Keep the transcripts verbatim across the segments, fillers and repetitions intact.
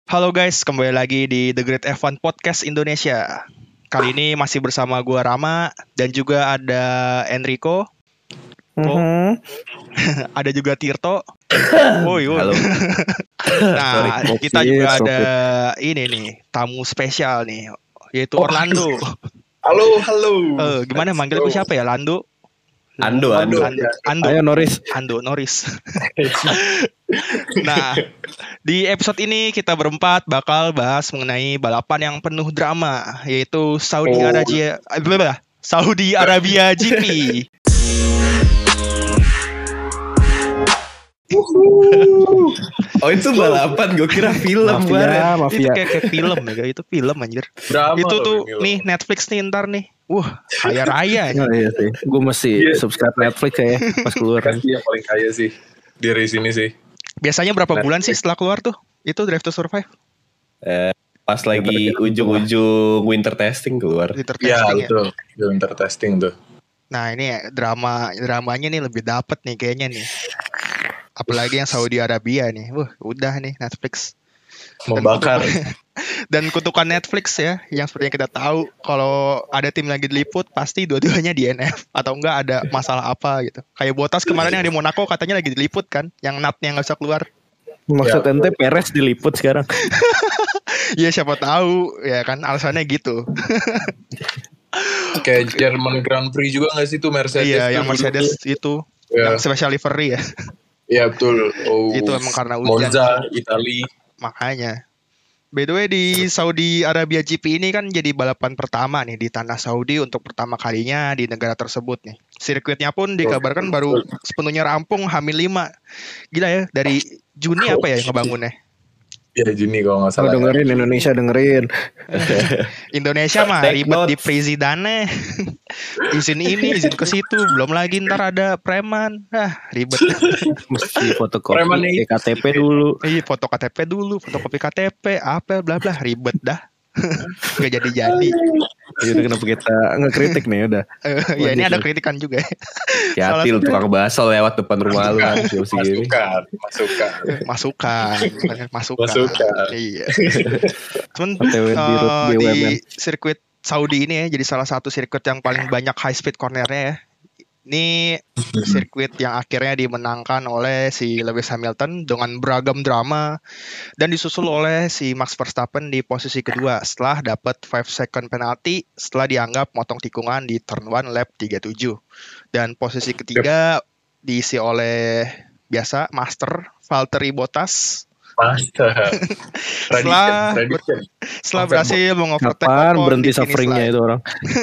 Halo guys, kembali lagi di The Great F satu Podcast Indonesia. Kali ini masih bersama gua Rama dan juga ada Enrico. Mm-hmm. Ada juga Tirto. Woi, woi. Halo. Nah, Sorry, kita juga sorry. ada ini nih, tamu spesial nih, yaitu Orlando. Halo, halo. Eh, gimana manggil lu siapa ya, Lando? Ando, Ando. Ando, Ando, Ayo Noris. Ando, Noris. Nah, di episode ini kita berempat bakal bahas mengenai balapan yang penuh drama, yaitu Saudi Oh. Arabia, eh, Saudi Arabia G P. Oh itu balapan, gue kira film Mafia, kemarin. Itu mafia. kayak, kayak film ya, itu film anjir. Drama Itu loh tuh ini loh. nih Netflix nih ntar nih. Wah, kaya raya ya. Oh, iya sih. Gue mesti Iya. subscribe Netflix ya pas keluar. Pasti yang paling kaya sih di race ini sih. Biasanya berapa Netflix. bulan sih setelah keluar tuh? Itu Drive to Survive. Eh, pas lagi ujung-ujung winter testing keluar. Winter Iya testing ya. betul. Winter testing tuh. Nah ini ya, drama dramanya nih lebih dapet nih kayaknya nih. Apalagi yang Saudi Arabia nih. Wah, udah nih Netflix. Membakar. Dan kutukan Netflix ya, yang seperti yang kita tahu kalau ada tim lagi diliput pasti dua-duanya di N F atau enggak ada masalah apa gitu. Kayak Bottas kemarin yang di Monaco katanya lagi diliput kan, yang natnya nggak bisa keluar. Maksud Ya, ente Perez diliput sekarang. Ya siapa tahu ya kan alasannya gitu. Kayak Jerman Grand Prix juga nggak sih tuh Mercedes? Iya, tuh yang dulu Mercedes tuh. itu, Ya, yang special livery ya. ya betul. Oh, Itu emang karena hujan. Monza, Itali. Makanya. By the way di Saudi Arabia G P ini kan jadi balapan pertama nih di tanah Saudi untuk pertama kalinya di negara tersebut nih. Sirkuitnya pun dikabarkan baru sepenuhnya rampung H lima. Gila ya, dari Juni apa ya ngebangunnya? Ya Juni kalau nggak Oh, salah. dengerin Indonesia dengerin. Indonesia mah Take ribet notes. di presidannya. Izin ini, izin ke situ, belum lagi ntar ada preman. Ah, ribet. Mesti fotokopi Premannya K T P dulu. Iya, foto K T P dulu, fotokopi K T P, apa bla bla, ribet dah. Gak jadi-jadi. Jadi kenapa kita ngekritik nih udah. Eh, ya ini ada kritikan juga. Hati-hati lu tukang bakso lewat depan rumah lu kan. Jam segini. Masukan, masukan. Masukan, masukan. Masukan. Iya. Cuman O T W di road eh, B U M N. di sirkuit Saudi ini ya, jadi salah satu sirkuit yang paling banyak high speed cornernya ya. Ini sirkuit yang akhirnya dimenangkan oleh si Lewis Hamilton dengan beragam drama dan disusul oleh si Max Verstappen di posisi kedua setelah dapat five second penalty setelah dianggap motong tikungan di turn one lap tiga puluh tujuh. Dan posisi ketiga diisi oleh biasa Master Valtteri Bottas Master. Setelah- Tradition, tradition. setelah November. berhasil mengovertake Kapan Ocon berhenti di finish sufferingnya line. itu orang?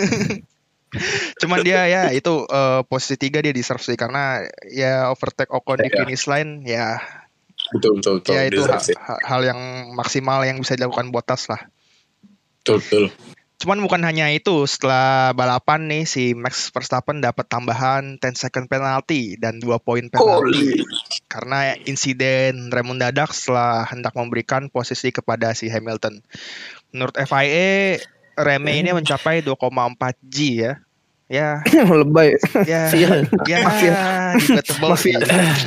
Cuman dia ya itu eh, posisi tiga dia deserve sih karena ya overtake Ocon di Iya. finish line ya Betul, betul, betul. ya itu Deserve ha- sih. ha- hal yang maksimal yang bisa dilakukan Bottas lah. Betul, betul. Cuman bukan hanya itu, setelah balapan nih si Max Verstappen dapat tambahan ten second penalty dan dua poin penalty Holy. karena insiden rem mendadak setelah hendak memberikan posisi kepada si Hamilton. Menurut F I A remnya ini mencapai dua koma empat G ya. Ya, Lebay. ya, Mafia. ya, Mafia. debatable sih.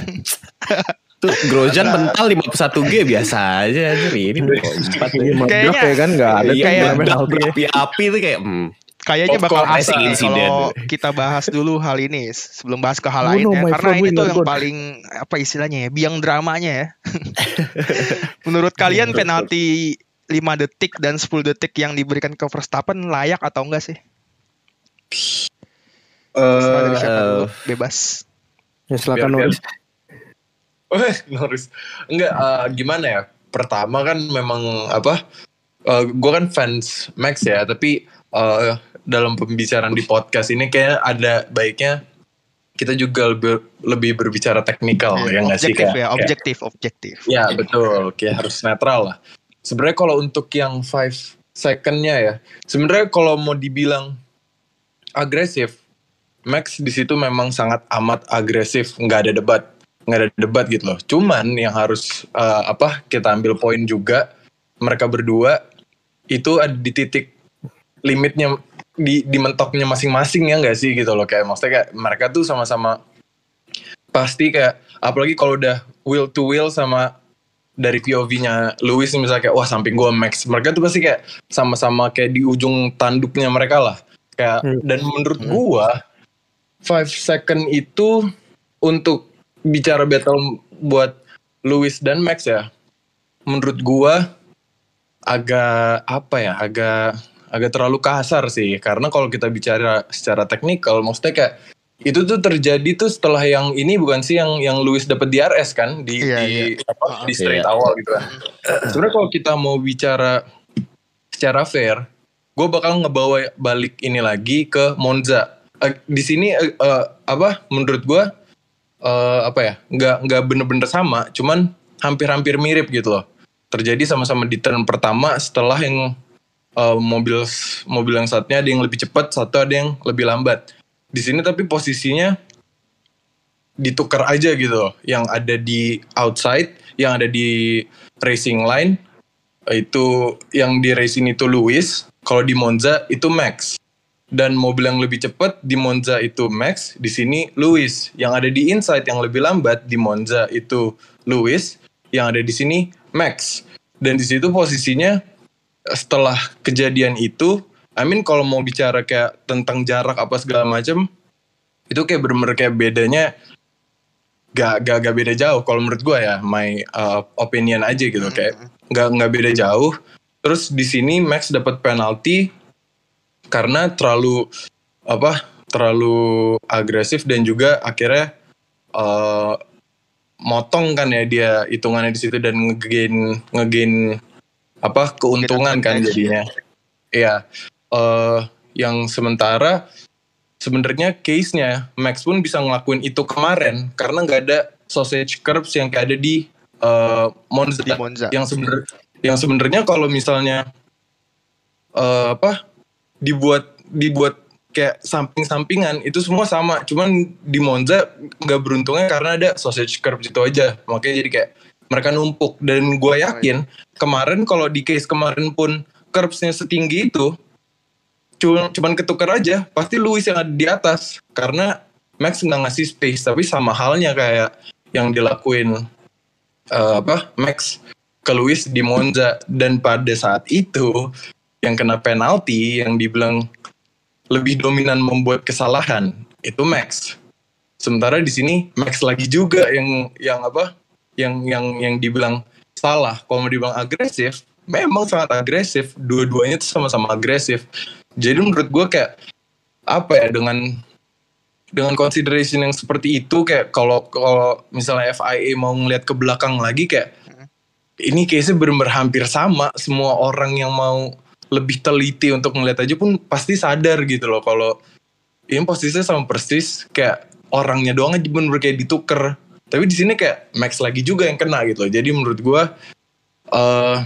Tuh Grosjean mental lima puluh satu G biasa aja anjir. Ini dua koma empat Iya, ya. meledak Kayaknya- ya kan nggak ada tuh Iya, kayak- namanya meledak api. berapi-api tuh kayak hmm. Kayaknya bakal Popcorn asik racing nih incident. kalau kita bahas dulu hal ini sebelum bahas ke hal Oh, lain no, ya. my Karena friend, ini we tuh not yang good. paling apa istilahnya ya, biang dramanya ya. Menurut kalian penalti lima detik dan sepuluh detik yang diberikan ke Verstappen layak atau enggak sih? Terserah dari siapa dulu, bebas. Ya silakan Biar- Noris. Weh, Norris. Enggak, eh, gimana ya? Pertama kan memang apa? eh, gue kan fans Max ya, tapi eh, dalam pembicaraan di podcast ini kayak ada baiknya kita juga lebih, lebih berbicara teknikal ya nggak sih? Objektif Kayak- ya, kayak- objektif, objektif. Ya betul, kayak harus netral lah. Sebenarnya kalau untuk yang five secondnya ya, sebenarnya kalau mau dibilang agresif, Max di situ memang sangat amat agresif, nggak ada debat, nggak ada debat gitu loh. Cuman yang harus eh, apa kita ambil poin juga, mereka berdua itu ada di titik limitnya, di di mentoknya masing-masing ya nggak sih gitu loh, kayak maksudnya kayak mereka tuh sama-sama pasti kayak apalagi kalau udah wheel to wheel sama dari P O V-nya Lewis misalnya kayak wah samping gue Max, mereka tuh pasti kayak sama-sama kayak di ujung tanduknya mereka lah kayak Hmm. dan menurut gue five second itu untuk bicara battle buat Lewis dan Max ya, menurut gue agak apa ya agak agak terlalu kasar sih, karena kalau kita bicara secara teknikal maksudnya kayak itu tuh terjadi tuh setelah yang ini bukan sih yang yang Lewis dapat D R S kan di Iya, di iya. apa di straight Iya. awal gitu kan. Sebenarnya kalau kita mau bicara secara fair, gue bakal ngebawa balik ini lagi ke Monza. Eh, di sini eh, eh, apa menurut gue eh, apa ya nggak nggak bener-bener sama, cuman hampir-hampir mirip gitu loh. Terjadi sama-sama di turn pertama setelah yang eh, mobil mobil yang satunya ada yang lebih cepat, satu ada yang lebih lambat. Di sini tapi posisinya ditukar aja gitu loh. Yang ada di outside, yang ada di racing line itu yang di racing itu Lewis, kalau di Monza itu Max. Dan mobil yang lebih cepat di Monza itu Max, di sini Lewis. Yang ada di inside yang lebih lambat di Monza itu Lewis, yang ada di sini Max. Dan di situ posisinya setelah kejadian itu, I mean kalau mau bicara kayak tentang jarak apa segala macam, itu kayak bener-bener kayak bedanya gak, gak, gak beda jauh. Kalau menurut gue ya, my uh, opinion aja gitu, kayak gak, gak beda jauh. Terus di sini Max dapat penalti karena terlalu apa, terlalu agresif dan juga akhirnya uh, motong kan ya dia hitungannya di situ dan ngegain ngegain apa keuntungan kan jadinya. Iya. Uh, yang sementara sebenarnya case-nya Max pun bisa ngelakuin itu kemarin karena nggak ada sausage curbs yang kayak ada di uh, Monza. Di Monza. Yang sebenar yang sebenarnya kalau misalnya uh, apa dibuat dibuat kayak samping-sampingan itu semua sama, cuman di Monza nggak beruntungnya karena ada sausage curbs itu aja, makanya jadi kayak mereka numpuk. Dan gue yakin kemarin kalau di case kemarin pun curbsnya setinggi itu cuman, cuman ketukar aja, pasti Lewis yang ada di atas karena Max nggak ngasih space. Tapi sama halnya kayak yang dilakuin uh, apa Max ke Lewis di Monza, dan pada saat itu yang kena penalti yang dibilang lebih dominan membuat kesalahan itu Max. Sementara di sini Max lagi juga yang yang apa yang yang yang dibilang salah. Kalau mau dibilang agresif, memang sangat agresif. Dua-duanya tuh sama-sama agresif. Jadi menurut gue kayak apa ya, dengan dengan consideration yang seperti itu, kayak kalau kalau misalnya F I A mau ngeliat ke belakang lagi, kayak ini case-nya bener-bener hampir sama. Semua orang yang mau lebih teliti untuk ngeliat aja pun pasti sadar gitu loh kalau ini posisinya sama persis, kayak orangnya doang aja bener-bener kayak ditukar. Tapi di sini kayak Max lagi juga yang kena gitu loh. Jadi menurut gue uh,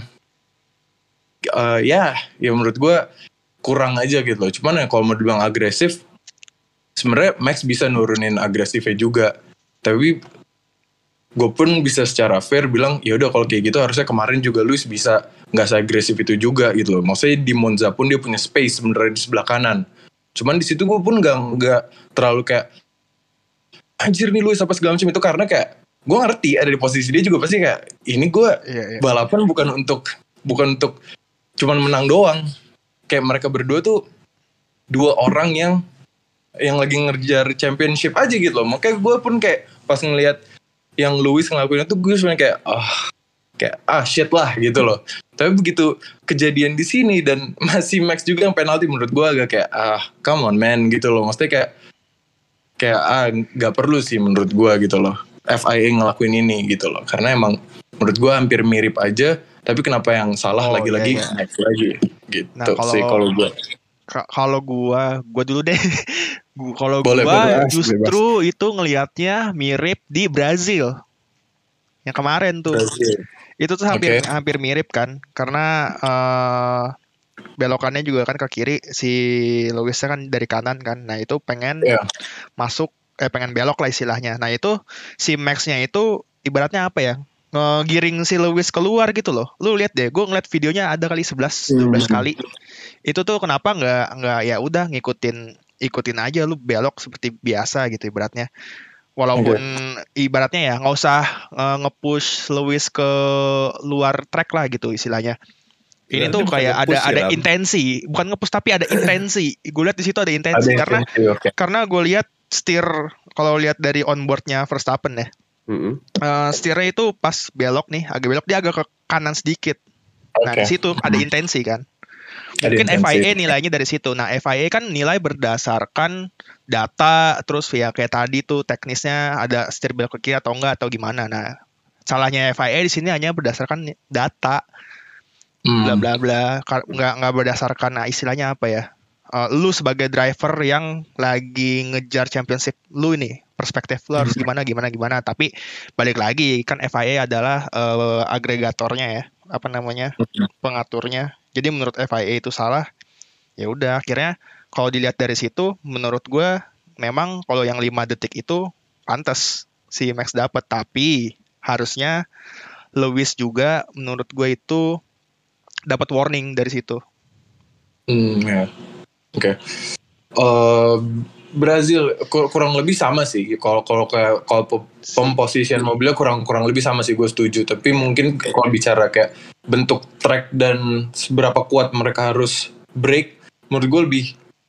uh, ya ya menurut gue kurang aja gitu loh. Cuman ya kalau mau dibilang agresif, sebenarnya Max bisa nurunin agresifnya juga. Tapi gue pun bisa secara fair bilang ya udah kalau kayak gitu harusnya kemarin juga Lewis bisa nggak seagresif itu juga gitu loh. Maksudnya di Monza pun dia punya space sebenarnya di sebelah kanan. Cuman di situ gue pun nggak nggak terlalu kayak anjir nih Lewis apa segala macam itu, karena kayak gue ngerti ada di posisi dia juga pasti kayak ini gue Iya, iya. balapan bukan untuk bukan untuk cuman menang doang. Kayak mereka berdua tuh dua orang yang yang lagi ngejar championship aja gitu loh. Makanya gue pun kayak pas ngelihat yang Lewis ngelakuin itu, gue sebenarnya kayak ah oh, kayak ah shit lah gitu loh. Tapi begitu kejadian di sini dan masih Max juga yang penalti, menurut gue agak kayak ah come on man gitu loh. Maksudnya kayak kayak ah nggak perlu sih menurut gue gitu loh F I A ngelakuin ini gitu loh, karena emang menurut gue hampir mirip aja. Tapi kenapa yang salah Oh, lagi-lagi iya, iya. Max lagi gitu. Nah, kalau- sih kalau gue. Ka- Kalau gua, gua dulu deh. Gua- Kalau Boleh, gua bebas, justru itu ngelihatnya mirip di Brazil. Yang kemarin tuh. Itu tuh hampir Oke. hampir mirip kan, karena eh, belokannya juga kan ke kiri, si Lewisnya kan dari kanan kan. Nah, itu pengen Iya. masuk eh pengen belok lah istilahnya. Nah, itu si Max-nya itu ibaratnya apa ya? Ngegiring si Lewis keluar gitu loh. Lu lihat deh, gue ngeliat videonya ada kali sebelas dua belas Hmm. kali. Itu tuh kenapa nggak nggak ya udah ngikutin ikutin aja lu belok seperti biasa gitu ibaratnya. Walaupun ibaratnya ya nggak usah uh, nge-push Lewis ke luar track lah gitu istilahnya. Ini Ya, tuh dia bukan kayak ada nge-push ada ya, Ram. intensi, bukan nge-push tapi ada intensi. Gue lihat di situ ada intensi Ada karena intensi, oke. karena gue lihat steer kalau lihat dari onboardnya Verstappen ya. Mm-mm. Uh, steernya itu pas belok nih, agak belok dia agak ke kanan sedikit. Nah, Oke. di situ ada intensi kan. Ada Mungkin intensi. F I A nilainya dari situ. Nah, F I A kan nilai berdasarkan data, terus ya kayak tadi tuh teknisnya ada setir belok ke kiri atau enggak atau gimana. Nah, salahnya F I A di sini hanya berdasarkan data, Hmm. bla bla bla, Ka- nggak nggak berdasarkan nah, istilahnya apa ya? Uh, lu sebagai driver yang lagi ngejar championship lu ini perspektif lu harus gimana gimana gimana. Tapi balik lagi kan F I A adalah uh, agregatornya ya, apa namanya, pengaturnya. Jadi menurut F I A itu salah. Ya udah akhirnya kalau dilihat dari situ menurut gue memang kalau yang lima detik itu pantas si Max dapat, tapi harusnya Lewis juga menurut gue itu dapat warning dari situ. Hmm, ya. Oke. Eh, Brazil kur- kurang lebih sama sih. Kalau kalau kayak kalau pe- pemposition mobilnya kurang kurang lebih sama sih, gue setuju. Tapi mungkin kalau bicara kayak bentuk track dan seberapa kuat mereka harus brake, menurut gue lebih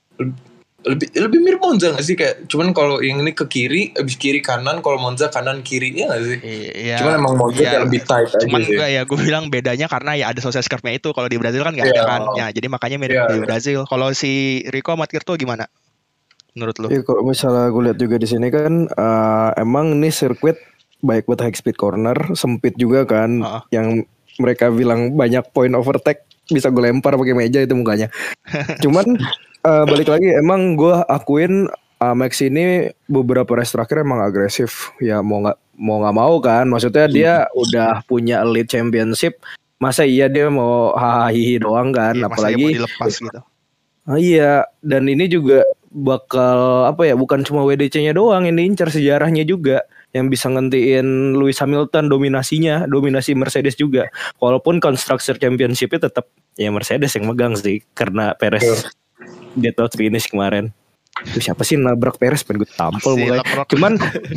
lebih lebih mirip Monza nggak sih? Kayak cuman kalau yang ini ke kiri, abis kiri kanan, kalau Monza kanan kiri, ya nggak sih? Iya. Cuman emang Monza iya. kayak lebih tight aja Cuman sih. enggak ya, gue bilang bedanya karena ya ada social curve-nya itu. Kalau di Brazil kan nggak ada Iya. kan. Ya, jadi makanya mirip Iya, di iya. Brazil. Kalau si Rico sama Tirto gimana? Menurut lu? Ya kalau misalnya gue lihat juga di sini kan eh, emang ini sirkuit baik buat high speed corner, sempit juga kan, Heeh. yang mereka bilang banyak point overtake bisa gue lempar pakai meja itu mukanya. Cuman eh, balik lagi emang gue akuin eh, Max ini beberapa race terakhir emang agresif ya, mau nggak mau nggak mau kan, maksudnya dia udah punya elite championship, masa iya dia mau hahihi doang kan, Iya, masa dia mau apalagi dilepas gitu. ah, iya, dan ini juga bakal apa ya, bukan cuma W D C-nya doang yang diincar, sejarahnya juga yang bisa ngentiin Lewis Hamilton dominasinya, dominasi Mercedes juga. Walaupun Constructor Championship-nya tetap ya Mercedes yang megang sih, karena Perez dead out finish kemarin. Tuh, siapa sih nabrak Perez, pengen gue tampol Si mulai. Leclerc. Cuman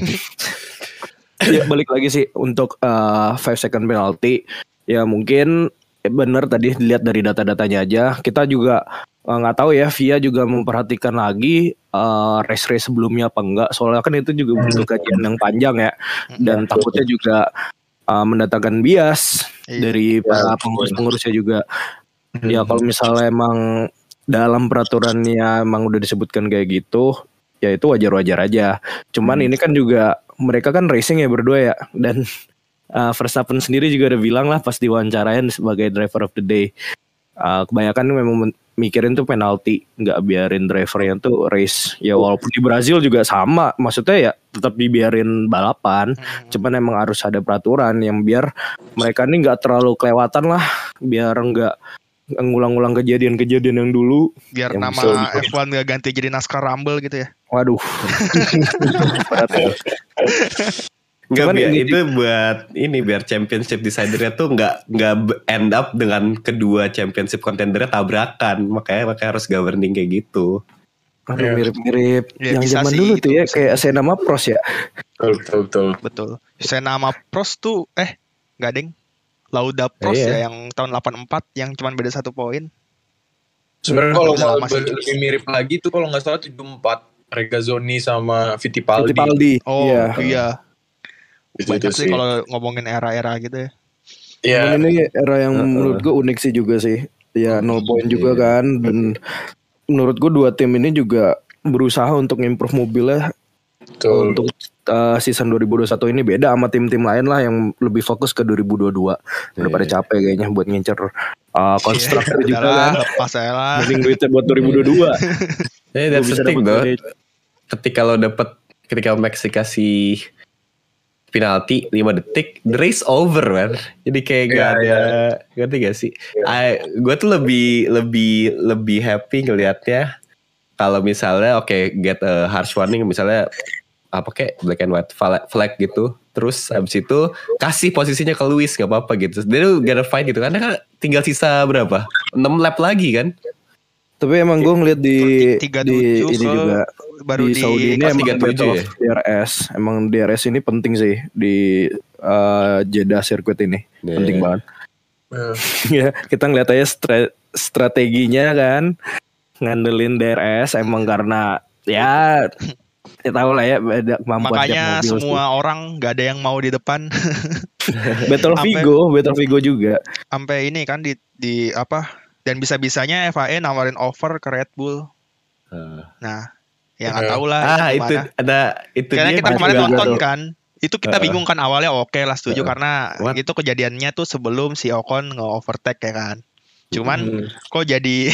ya balik lagi sih untuk uh, five second penalty, ya mungkin eh, bener tadi dilihat dari data-datanya aja. Kita juga uh, nggak tahu ya, V I A juga memperhatikan lagi uh, race-race sebelumnya apa enggak. Soalnya kan itu juga butuh kajian yang panjang ya, dan takutnya juga uh, mendatangkan bias Iya. dari para pengurus-pengurusnya juga. Ya kalau misalnya emang dalam peraturannya emang udah disebutkan kayak gitu, ya itu wajar-wajar aja. Cuman ini kan juga mereka kan racing ya berdua ya, dan uh, Verstappen sendiri juga udah bilang lah pas diwawancarain sebagai driver of the day, uh, kebanyakan memang men- mikirin tuh penalti, nggak biarin drivernya tuh race. Ya walaupun di Brazil juga sama, maksudnya ya tetap dibiarin balapan, Hmm. cuman emang harus ada peraturan yang biar mereka ini nggak terlalu kelewatan lah, biar nggak ngulang-ngulang kejadian-kejadian yang dulu. Biar Yang nama bisa- F satu nggak ganti jadi NASCAR Rumble gitu ya. Waduh. Berat ya. Enggak, Cuman biar ini itu buat ini biar championship decidernya tuh nggak nggak b- end up dengan kedua championship contendernya tabrakan, makanya makanya harus governing kayak gitu. Aduh, Iya. mirip-mirip Ya, yang bisa zaman sih, dulu itu tuh ya, bisa. kayak Senna sama Prost ya. Betul, betul, betul. Betul. Senna sama Prost tuh eh nggak deng. Lauda Prost Iya. ya yang tahun delapan empat yang cuma beda satu poin. Sebenarnya Hmm, kalau udah mau lama sih. lebih mirip lagi tuh kalau nggak salah tujuh empat Regazzoni sama Fittipaldi. Fittipaldi. Oh Iya. iya. Itu, Banyak itu sih kalau ngomongin era-era gitu ya. Iya. Cuman ini era yang Heeh. menurut gue unik sih juga sih. Ya nol point juga Iya. kan, dan menurut gue dua tim ini juga berusaha untuk improve mobilnya Betul. untuk uh, season dua ribu dua puluh satu ini, beda sama tim-tim lain lah yang lebih fokus ke dua ribu dua puluh dua. Udah Iya. pada capek kayaknya buat ngincer uh, konstruktor Iya, juga udahlah, kan. lepas saya lah. Mending duitnya buat dua ribu dua puluh dua. Eh, Gua that's bisa the thing dapet though. dari- Ketika lo dapet ketika Max dikasih penalti lima detik, the race over man. Jadi kayak gak Iya, ada, ngerti gak sih? Gue tuh lebih lebih lebih happy ngelihatnya kalau misalnya oke get a harsh warning, misalnya apa kayak black and white flag, flag gitu, terus abis itu kasih posisinya ke Lewis gak apa-apa gitu. Dia tuh gonna fight gitu, karena kan tinggal sisa berapa? enam lap lagi kan? Tapi emang gue ngeliat di tiga di tujuh ini ke juga baru di di Saudi ini pas emang tiga tujuh battle ya? of D R S. Emang D R S ini penting sih di uh, Jeddah Circuit ini. Yeah. Penting banget. Ya. Ya, kita ngeliat aja stra- strateginya kan ngandelin D R S emang karena ya ya tahu lah ya beda kemampuan tiap makanya mobil semua sih. orang nggak ada yang mau di depan. Battle Sampai- Vigo, Battle Vigo juga. Sampai ini kan di di apa dan bisa-bisanya F I A nawarin offer ke Red Bull. Ah. Nah, ya nggak Ya. tahu lah Ah itu itu gimana. ada itu Karena dia kita juga kemarin juga nonton tuh. kan, itu kita Uh-uh. bingung kan awalnya oke lah setuju Uh-uh. karena What? itu kejadiannya tuh sebelum si Ocon nge-overtake ya kan. Cuman Hmm. kok jadi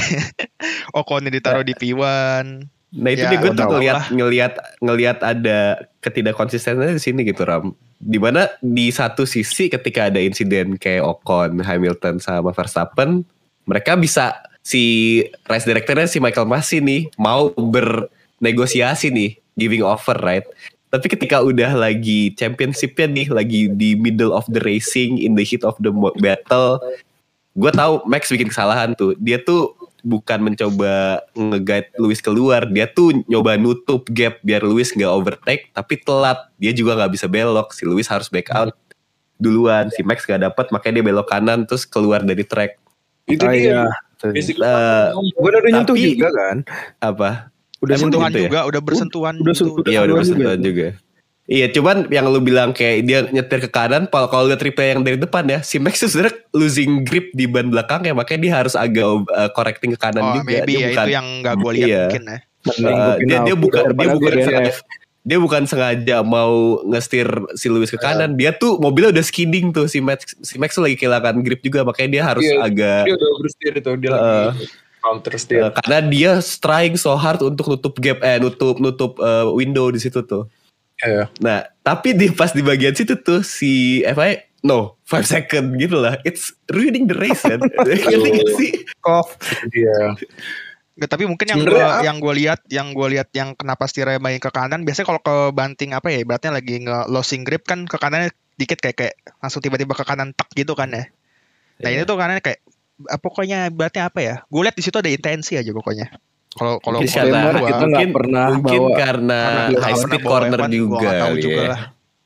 Ocon ditaruh di P satu. Nah itu Ya, dia gue udah tuh tau ngelihat lah. ngelihat ngelihat ada ketidakkonsistenannya di sini gitu Ram. Dimana di satu sisi ketika ada insiden kayak Ocon, Hamilton sama Verstappen, mereka bisa si race directornya si Michael Masi nih mau bernegosiasi nih, giving offer right. Tapi ketika udah lagi championshipnya nih, lagi di middle of the racing, in the heat of the battle, gue tahu Max bikin kesalahan tuh. Dia tuh bukan mencoba nge-guide Lewis keluar, dia tuh nyoba nutup gap biar Lewis nggak overtake, tapi telat. Dia juga nggak bisa belok, si Lewis harus back out duluan, si Max nggak dapat, makanya dia belok kanan terus keluar dari track. Itu Ah, dia. iya. Basic Uh, Gue udah nyentuh Tapi- juga kan. apa? Udah Emang Bersentuhan gitu ya? juga, udah bersentuhan. Udah gitu. sentuh. Iya udah Keluar bersentuhan juga. juga. Iya cuman yang lu bilang kayak dia nyetir ke kanan, kalau kalau lihat replay yang dari depan ya, si Max tuh sebenarnya losing grip di ban belakangnya, makanya dia harus agak uh, correcting ke kanan Oh, juga. maybe Dia ya bukan, itu yang nggak gue lihat Iya. mungkin ya. Mending uh, gue dia dia bukan dia daripada bukan gue D N F. sengaja dia bukan sengaja mau ngestir si Lewis ke kanan. Dia tuh mobilnya udah skidding tuh si Max si Max tuh lagi kehilangan grip juga, makanya dia harus Iya, agak Dia udah oversteer itu, dia Uh, lagi counter steer. uh, karena dia trying so hard untuk nutup gap eh nutup nutup uh, window di situ tuh. Iya. Nah, tapi di pas di bagian situ tuh si F I A no five second gitu lah. It's ruining the race kan. Ngerti gak sih? Kof. Iya. Nggak, tapi mungkin yang Sebenarnya gue apa? yang gue lihat yang gue lihat yang kenapa setirnya main ke kanan biasanya kalau ke banting apa ya ibaratnya lagi nge losing grip kan ke kanannya dikit kayak kayak langsung tiba-tiba ke kanan tak gitu kan ya. Nah ini tuh kanan kayak ah, pokoknya ibaratnya apa ya? Gue lihat di situ ada intensi aja pokoknya. Kalau kalau Mungkin kalau karena Disclaimer, gua- kita nggak mungkin pernah mungkin bawa- karena karena high kita nggak speed pernah bawa corner F satu, juga gua nggak tahu kali juga ya. lah.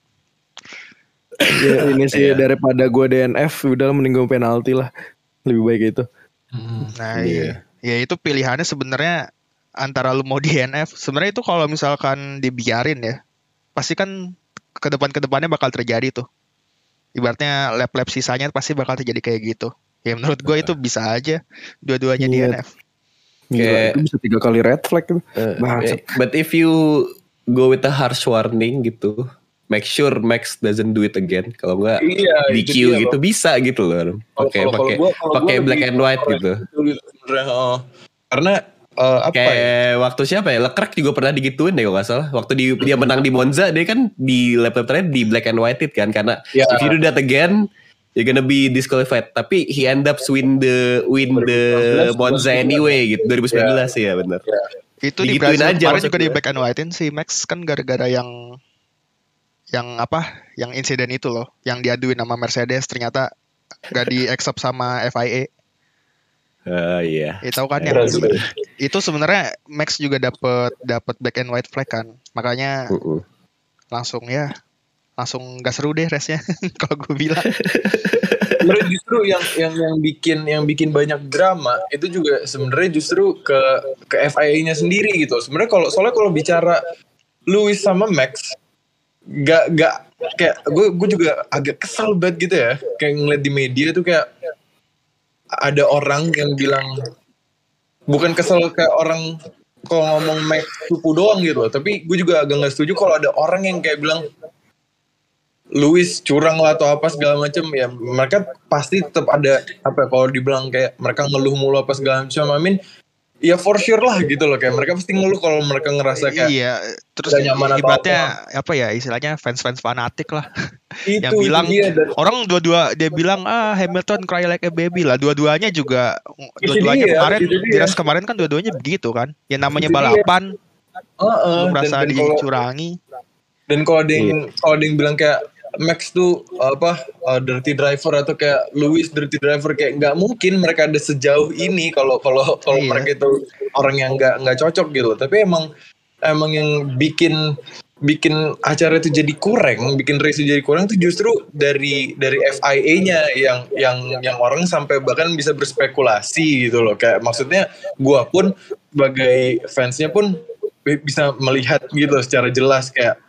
Ya, ini sih Iya. daripada gue D N F udah mending gue penalti lah. Lebih baik itu. Nah, Iya. iya. Ya itu pilihannya sebenarnya antara lu mau D N F. Sebenarnya itu kalau misalkan dibiarin ya, pasti kan ke depan ke depannya bakal terjadi tuh. Ibaratnya lap-lap sisanya pasti bakal terjadi kayak gitu. Ya menurut gue itu bisa aja dua-duanya Iya. D N F. Gila, Kayak- itu bisa tiga kali red flag tuh. Uh, Bangsat. but if you go with a harsh warning gitu, make sure Max doesn't do it again. Kalau enggak Iya, di itu Q dia gitu loh. bisa gitu loh. Kalau- Pakai kalau- kalau pakai gua- kalau pakai gua black lebih and white korek gitu. itu sebenarnya, oh. Karena eh, apa Kayak ya? waktu siapa ya? Leclerc juga pernah digituin deh kalau nggak salah. Waktu di, dia menang di Monza, dia kan di lap lap terakhir di black and white it kan, karena Ya. if you do that again, you're gonna be disqualified. Tapi he end up win the win the Monza anyway gitu. dua ribu sembilan belas ya, benar. Itu di Digituin Brazil aja kemarin maksud juga di gue. black and white-in si Max kan gara-gara yang yang apa? Yang insiden itu loh, yang diaduin sama Mercedes ternyata gak di accept sama F I A. Oh iya. Ya tahu kan Ya, yang Brazil. itu sebenarnya Max juga dapat dapat black and white flag kan. Makanya Uh-uh. langsung ya langsung gak seru deh race-nya kalau gue bilang. Sebenarnya justru yang yang yang bikin yang bikin banyak drama itu juga sebenarnya justru ke ke F I A-nya sendiri gitu. Sebenarnya kalau soalnya kalau bicara Lewis sama Max gak gak kayak gue gue juga agak kesel banget gitu ya, kayak ngeliat di media tuh kayak ada orang yang bilang, bukan kesel kayak orang kalau ngomong Max cupu doang gitu loh, tapi gue juga agak nggak setuju kalau ada orang yang kayak bilang Lewis curang lah atau apa segala macam. Ya mereka pasti tetap ada apa ya, kalau dibilang kayak mereka ngeluh mulu apa segala macam, I mean ya for sure lah gitu loh, kayak mereka pasti ngeluh kalau mereka ngerasa kayak Iya, terus gak nyaman atau ibaratnya apa ya istilahnya fans-fans fanatik lah. itu, yang itu bilang dia, dan orang dua-dua dia bilang ah Hamilton cry like a baby lah, dua-duanya juga Itu dua-duanya dia, kemarin itu dia. di race kemarin kan dua-duanya begitu kan, yang namanya Itu dia. balapan uh, uh, lu merasa dan, dan kalau dicurangi. dan kalau ada yang kalau ada yang bilang kayak Max tuh apa uh, dirty driver atau kayak Lewis dirty driver, kayak nggak mungkin mereka ada sejauh ini kalau kalau kalau Iya. mereka itu orang yang nggak nggak cocok gitu. Tapi emang emang yang bikin bikin acara itu jadi kurang, bikin race itu jadi kurang tuh justru dari dari F I A-nya yang yang yang orang sampai bahkan bisa berspekulasi gitu loh. Kayak maksudnya gua pun sebagai fansnya pun bisa melihat gitu loh secara jelas kayak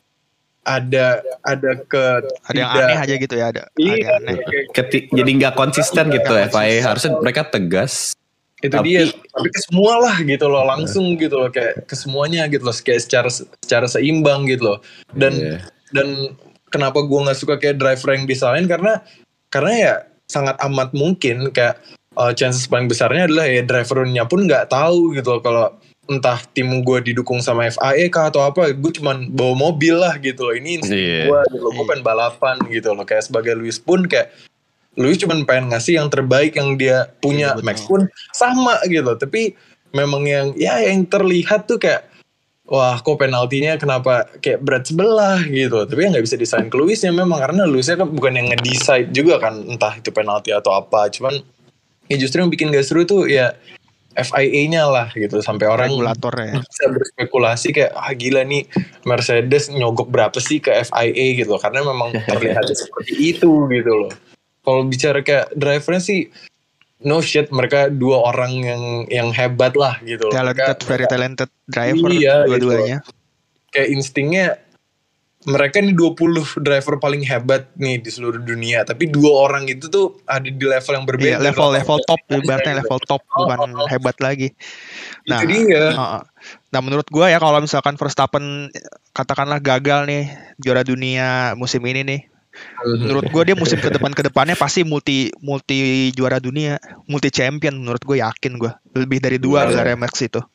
ada ada ke Ada yang tidak- aneh aja gitu ya, ada. Iya, ada yang aneh. kayak Keti- jadi nggak konsisten gitu Nggak F I A. konsisten. Harusnya mereka tegas. itu Tapi- dia, tapi ke semua lah gitu loh, langsung gitu loh, kayak ke semuanya gitu loh, kayak secara secara seimbang gitu loh. Dan Iya. dan kenapa gue nggak suka kayak driver yang disalahin, karena karena ya sangat amat mungkin kayak uh, chances paling besarnya adalah ya drivernya pun nggak tahu gitu loh kalau entah tim gue didukung sama F I A kah atau apa, gue cuman bawa mobil lah gitu loh, ini insting Iya. gue gitu loh, gue pengen balapan gitu loh, kayak sebagai Lewis pun kayak Lewis cuman pengen ngasih yang terbaik yang dia punya. Iya, betul. Max pun sama gitu, tapi memang yang ya yang terlihat tuh kayak wah kok penaltinya kenapa kayak berat sebelah gitu, tapi ya nggak bisa disalahin ke Lewisnya memang, karena Lewisnya kan bukan yang nge-decide juga kan entah itu penalti atau apa, cuman ya justru yang bikin gak seru tuh ya F I A-nya lah gitu, sampai orang Regulator ya. bisa berspekulasi kayak ah gila nih Mercedes nyogok berapa sih ke F I A gitu, karena memang terlihat seperti itu gitu loh. Kalau bicara kayak drivernya sih no shit, mereka dua orang yang yang hebat lah gitu loh. Talented, Mereka- very talented driver Iya, dua-duanya. kayak instingnya mereka nih dua puluh driver paling hebat nih di seluruh dunia, tapi dua orang itu tuh ada di level yang berbeda. Iya, level level top, Gitu. ibaratnya level top, bukan Oh, oh. hebat lagi. Nah, Itu dia. Heeh. Nah, menurut gua ya kalau misalkan Verstappen katakanlah gagal nih juara dunia musim ini nih, menurut gua dia musim ke depan ke depannya pasti multi multi juara dunia, multi champion, menurut gue, yakin gua. Lebih dari dua Iya. dari Max itu.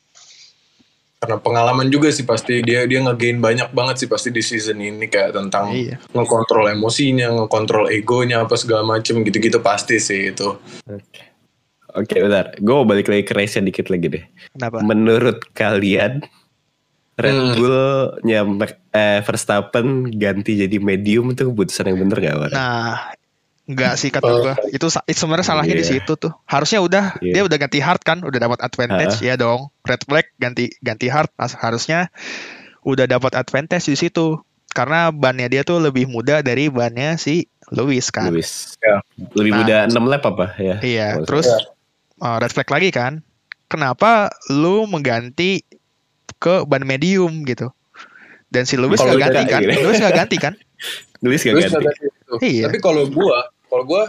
Karena pengalaman juga sih pasti dia dia nge-gain banyak banget sih pasti di season ini, kayak tentang Iya. ngekontrol emosinya, ngekontrol egonya apa segala macem gitu-gitu pasti sih itu. Oke. Oke, bentar. Gue mau balik lagi ke race dikit lagi deh. Kenapa? Menurut kalian Red Hmm. Bull-nya Mac- eh, Verstappen ganti jadi medium itu keputusan yang bener gak, Wan? Nah, enggak sih kata Oh. gua. Itu sa- itu sebenarnya salahnya di Iya. situ tuh. Harusnya udah Iya. dia udah ganti hard kan, udah dapat advantage ya dong. Red flag ganti ganti hard, Has- harusnya udah dapat advantage di situ. Karena bannya dia tuh lebih muda dari bannya si Lewis kan. Lewis. Ya. Lebih Nah. muda enam lap apa ya? Iya, Kalau terus Ya. uh, red flag lagi kan. Kenapa lu mengganti ke ban medium gitu? Dan si Lewis Kalau nggak ganti kita- kan? iya. Lewis nggak ganti kan? Lewis gak Terus ganti. nggak ganti itu. Iya. Tapi kalau gua, kalau gua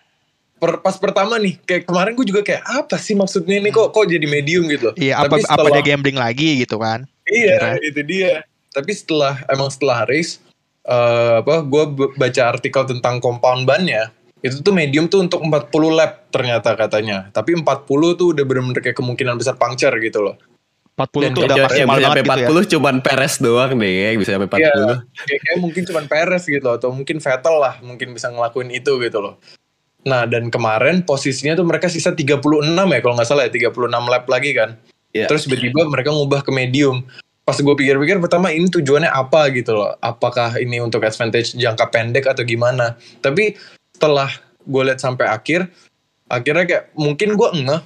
per, pas pertama nih, kayak kemarin gua juga kayak apa sih maksudnya ini kok kok jadi medium gitu. Iya, apa Tapi apa setelah- dia gambling lagi gitu kan? Iya, Kira. itu dia. Tapi setelah emang setelah race, eh, apa? Gue baca artikel tentang compound ban-nya. Itu tuh medium tuh untuk empat puluh lap ternyata katanya. Tapi empat puluh tuh udah bener-bener kayak kemungkinan besar puncture gitu loh. empat puluh Dan tuh udah dia- Ya, maksimal bisa banget sampai gitu empat ya. puluh cuman Perez doang deh ya, bisa sampai empat Iya, puluh. kayak, kayak mungkin cuman Perez gitu loh, atau mungkin Vettel lah mungkin bisa ngelakuin itu gitu loh. Nah, dan kemarin posisinya tuh mereka sisa tiga puluh enam ya kalau nggak salah ya, tiga puluh enam lap lagi kan. Iya. Terus tiba-tiba mereka ngubah ke medium. Pas gue pikir-pikir pertama ini tujuannya apa gitu loh. Apakah ini untuk advantage jangka pendek atau gimana. Tapi setelah gue lihat sampai akhir, akhirnya kayak mungkin gue ngeh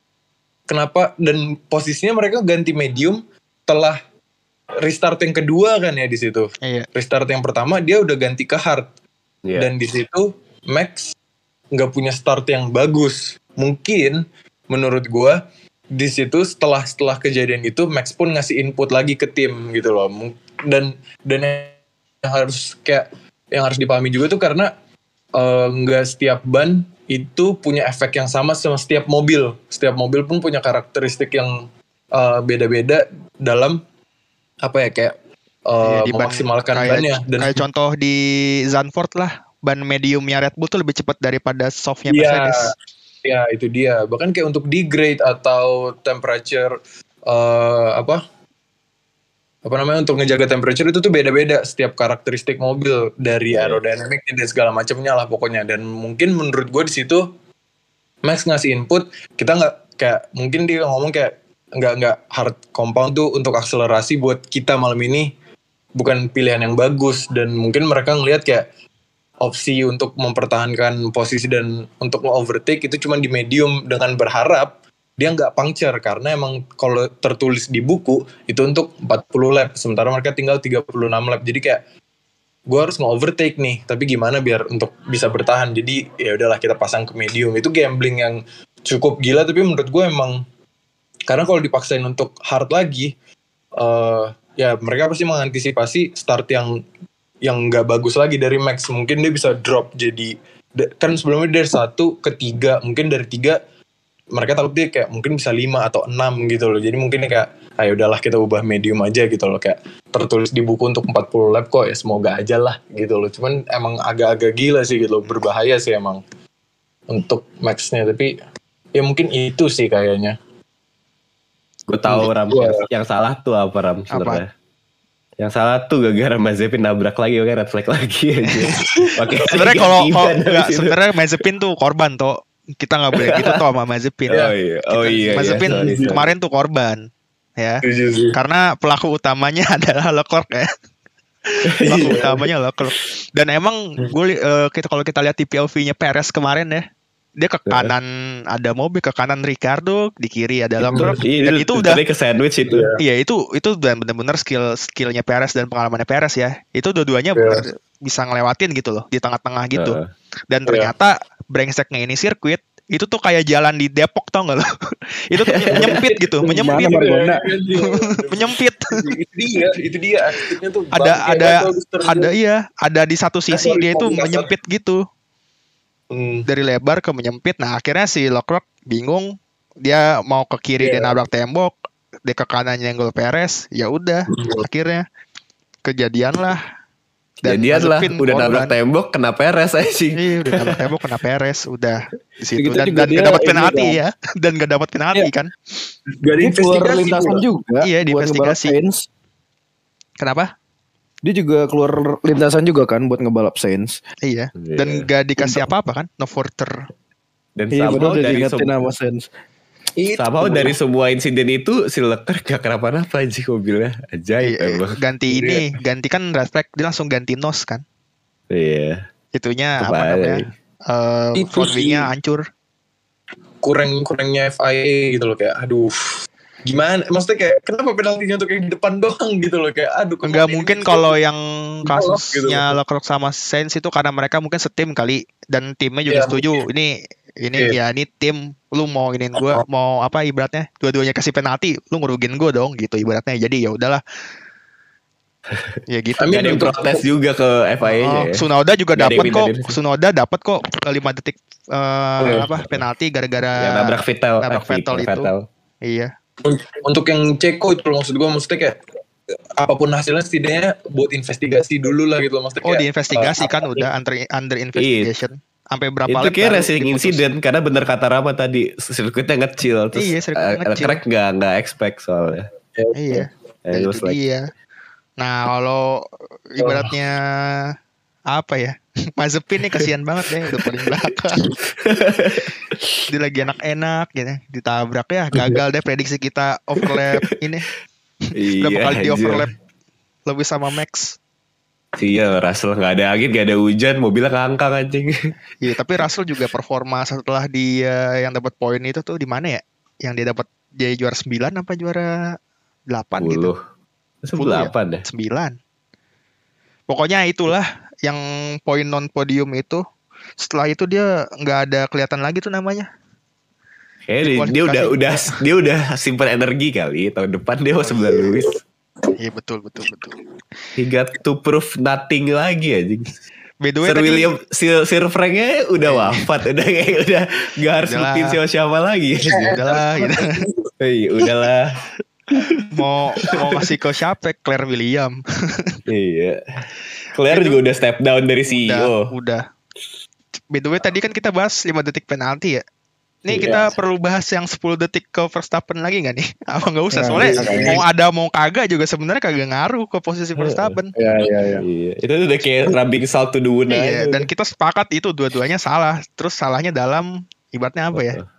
kenapa, dan posisinya mereka ganti medium setelah restart yang kedua kan ya di situ. Iya. Restart yang pertama dia udah ganti ke hard. Iya. Dan di situ Max nggak punya start yang bagus. Mungkin menurut gua di situ setelah setelah kejadian itu Max pun ngasih input lagi ke tim gitu loh. Mung- Dan dan yang harus kayak yang harus dipahami juga tuh karena eh, nggak setiap ban itu punya efek yang sama sama setiap mobil. Setiap mobil pun punya karakteristik yang eh, beda-beda dalam apa ya kayak eh, Iya, di ban- memaksimalkan kayak, bannya. Dan kayak contoh di Zandvoort lah, ban mediumnya Red Bull tuh lebih cepat daripada softnya Iya, Mercedes. ya itu dia. Bahkan kayak untuk degrade atau temperature eh, apa apa namanya untuk ngejaga temperature itu tuh beda-beda setiap karakteristik mobil dari Iya. aerodynamic dan segala macamnya lah pokoknya. Dan mungkin menurut gue di situ Max ngasih input, kita nggak kayak mungkin dia ngomong kayak nggak nggak hard compound tuh untuk akselerasi buat kita malam ini bukan pilihan yang bagus, dan mungkin mereka ngelihat kayak opsi untuk mempertahankan posisi dan untuk nge-overtake itu cuma di medium dengan berharap dia nggak puncture, karena emang kalau tertulis di buku itu untuk empat puluh lap, sementara mereka tinggal tiga puluh enam lap. Jadi kayak gue harus nge-overtake nih, tapi gimana biar untuk bisa bertahan. Jadi ya udahlah kita pasang ke medium. Itu gambling yang cukup gila, tapi menurut gue emang karena kalau dipaksain untuk hard lagi, uh, ya mereka pasti mengantisipasi start yang yang nggak bagus lagi dari Max. Mungkin dia bisa drop jadi, kan sebelumnya dari satu ke tiga, mungkin dari tiga mereka takut dia kayak mungkin bisa lima atau enam gitu loh. Jadi mungkin kayak ayo udahlah kita ubah medium aja gitu loh, kayak tertulis di buku untuk empat puluh lap kok, ya semoga aja lah gitu loh. Cuman emang agak-agak gila sih gitu loh, berbahaya sih emang untuk Max-nya. Tapi ya mungkin itu sih kayaknya. Gue tahu Ram, Gua- yang, yang salah tuh apa Ram sebenarnya? Yang salah tuh gara-gara Mazepin nabrak lagi, pakai red flag lagi aja. Pakai Sebenarnya kalau ganti kalau ban nggak, habis itu. sebenarnya Mazepin tuh korban toh. Kita nggak boleh gitu toh sama Mazepin. Oh iya, oh Kita- iya. Mazepin iya, sorry, sorry. kemarin tuh korban, ya. Setuju sih. Karena pelaku utamanya adalah Leclerc ya. Pelaku utamanya Leclerc. Dan emang gue eh, kita kalau kita lihat di P O V-nya Perez kemarin ya, dia ke kanan ada mobil, ke kanan Ricardo, di kiri ada Leclerc. Iya, Dan itu udah tadi ke sandwich itu. iya itu itu dan benar-benar skill skillnya Perez dan pengalamannya Perez ya. Itu dua-duanya Iya. bener- bisa ngelewatin gitu loh di tengah-tengah gitu. Heeh. Dan Iya. ternyata brengseknya ini sirkuit itu tuh kayak jalan di Depok tau gak lo? Itu tuh menyempit gitu, menyempit, Mana Margonda? menyempit. itu dia, itu dia aktifnya tuh. Ada bangke ada banget tuh, terus ada dia- iya, ada di satu sisi sorry, dia itu sorry, menyempit gitu. Hmm. Dari lebar ke menyempit. Nah, akhirnya si Leclerc bingung, dia mau ke kiri dia Iya. nabrak tembok, dia ke kanan nyenggol Perez, ya udah akhirnya kejadian lah. Jadian lah, Mazepin udah korban. nabrak tembok kena Perez aja sih. Iya, udah nabrak tembok kena Perez, udah di situ. Gitu Dan juga dan dia gak dapat ini penalti kan. ya, dan gak dapat penalti Iya. kan? Gak ada Dia keluar investigasi lintasan pula. juga. Iya, buat diinvestigasi. ngebalap Sainz. Kenapa? Dia juga keluar lintasan juga kan buat ngebalap Sainz. Iya. Dan Iya. gak dikasih apa-apa kan? No further. Dan Iya somehow benar udah dari, diingetin sem- sama Sainz. Itu. somehow dari semua insiden itu si Leclerc gak kenapa-napa aja mobilnya. Ajaib Iya, emang. ganti ini, ganti kan red flag, dia langsung ganti nose kan? Iya. Itunya Tetep apa aja. namanya? Eh, Itu front sih. wing-nya hancur. kurang-kurangnya F I A gitu loh, kayak aduh gimana, maksudnya kayak kenapa penaltinya untuk yang di depan doang gitu loh, kayak aduh kok Enggak ini mungkin gitu. kalau yang Balap gitu kasusnya loh. Leclerc sama Sainz itu karena mereka mungkin setim kali, dan timnya juga Iya, setuju. Ini ini ya Iya. ini tim, lu mau ingin gua mau apa ibaratnya dua-duanya kasih penalti, lu ngerugin gua dong gitu ibaratnya. Jadi ya udahlah. Ya gitu. I mean, Gak ada yang untuk- protes juga ke F I A-nya Oh, ya. Sunoda juga Nggak ada dapat yang kok. minta-minta. Sunoda dapat kok lima detik eh, Iya. apa penalti gara-gara Yang nabrak Vettel. nabrak eh, Vettel itu. Iya. Untuk yang Ceko itu loh, maksud gue maksudnya kayak apapun hasilnya setidaknya buat investigasi dulu lah gitu loh, maksudnya Oh, kayak, diinvestigasi eh, kan apa- udah under under investigation. Sampai berapa Itu lap kayak baru racing diputus. incident karena bener kata Rama tadi sirkuitnya ngecil terus Iya, sirkuitnya eh, ngecil. Leclerc nggak nggak expect soalnya. Iya. And it Itu was like dia. Nah, kalau ibaratnya apa ya? Mazepin nih kasihan banget ya, udah paling belakang. Dia lagi enak-enak gitu, ditabrak ya, gagal deh prediksi kita overlap ini. Berapa iya, kali di anjir. overlap lebih sama Max. Iya, Russell nggak ada angin, nggak ada hujan, mobilnya kangkang anjing. Iya, tapi Russell juga performa setelah dia yang dapat poin itu tuh di mana ya? Yang dia dapat jadi juara sembilan apa juara delapan gitu. sepuluh delapan deh. sembilan. Pokoknya itulah yang poin non podium itu. Setelah itu dia nggak ada kelihatan lagi tuh namanya. Kayaknya dia, dia udah udah dia udah simpan energi kali, tahun depan dia mau sebelah Lewis. Iya betul betul betul. He got to prove nothing lagi anjing. By the way Sir tadi, William Sir, Sir Frank-nya udah wafat, udah kayak udah gak harus Udahlah. rutin siapa-siapa lagi. ya udahlah gitu. Iya, udahlah. mau mau ngasih ke siapa? Claire William. Iya. Claire juga udah step down dari C E Udah, O. udah. By the way tadi kan kita bahas lima detik penalti ya. Nih Iya. kita perlu bahas yang sepuluh detik ke Verstappen lagi gak nih? Apa gak usah? Nah, Soalnya iya. mau ada mau kagak juga sebenarnya kagak ngaruh ke posisi Verstappen. Iya iya iya. Iya, itu udah kayak rubbing salt to the wound Iya, aja. dan kita sepakat itu dua-duanya salah. Terus salahnya dalam ibaratnya apa ya?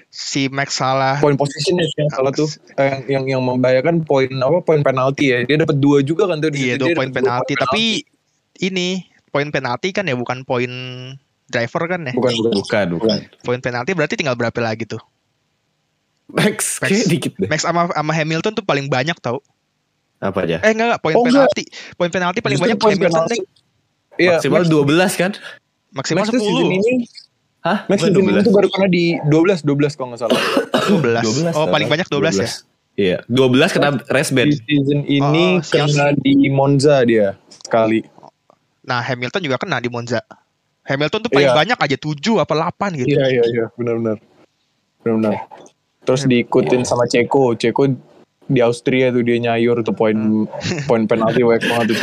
si Max salah. Poin position ya yang salah tuh. Eh, yang yang yang membahayakan poin apa poin penalti ya. Dia dapat dua juga kan tuh di Iya, situ. dua Dia poin dapet dua penalti. Tapi ini poin penalti kan ya, bukan poin driver kan ya. bukan bukan. Bukan, bukan. Poin penalti berarti tinggal berapa lagi tuh? Max, Max. kayak dikit deh. Max sama sama Hamilton tuh paling banyak tau. Apa aja? Eh enggak enggak, poin Oh, enggak. penalti. Poin penalti paling Justru banyak poin Hamilton penalti. nih. Iya, Maksimal Max- dua belas kan? Maksimal Max tuh season sepuluh. ini Hah? Max Bukan season ini tuh baru kena di dua belas dua belas kalau nggak salah. dua belas. dua belas Oh, lah. paling banyak dua belas ya. Iya, dua belas kena race ban. Di season ini Oh, siap. kena di Monza dia sekali. Nah, Hamilton juga kena di Monza. Hamilton tuh paling Iya. banyak aja tujuh apa delapan gitu. Iya iya iya benar-benar. Benar-benar. Terus diikutin sama Ceko. Ceko di Austria tuh dia nyayur tuh poin poin penalti banyak banget tuh.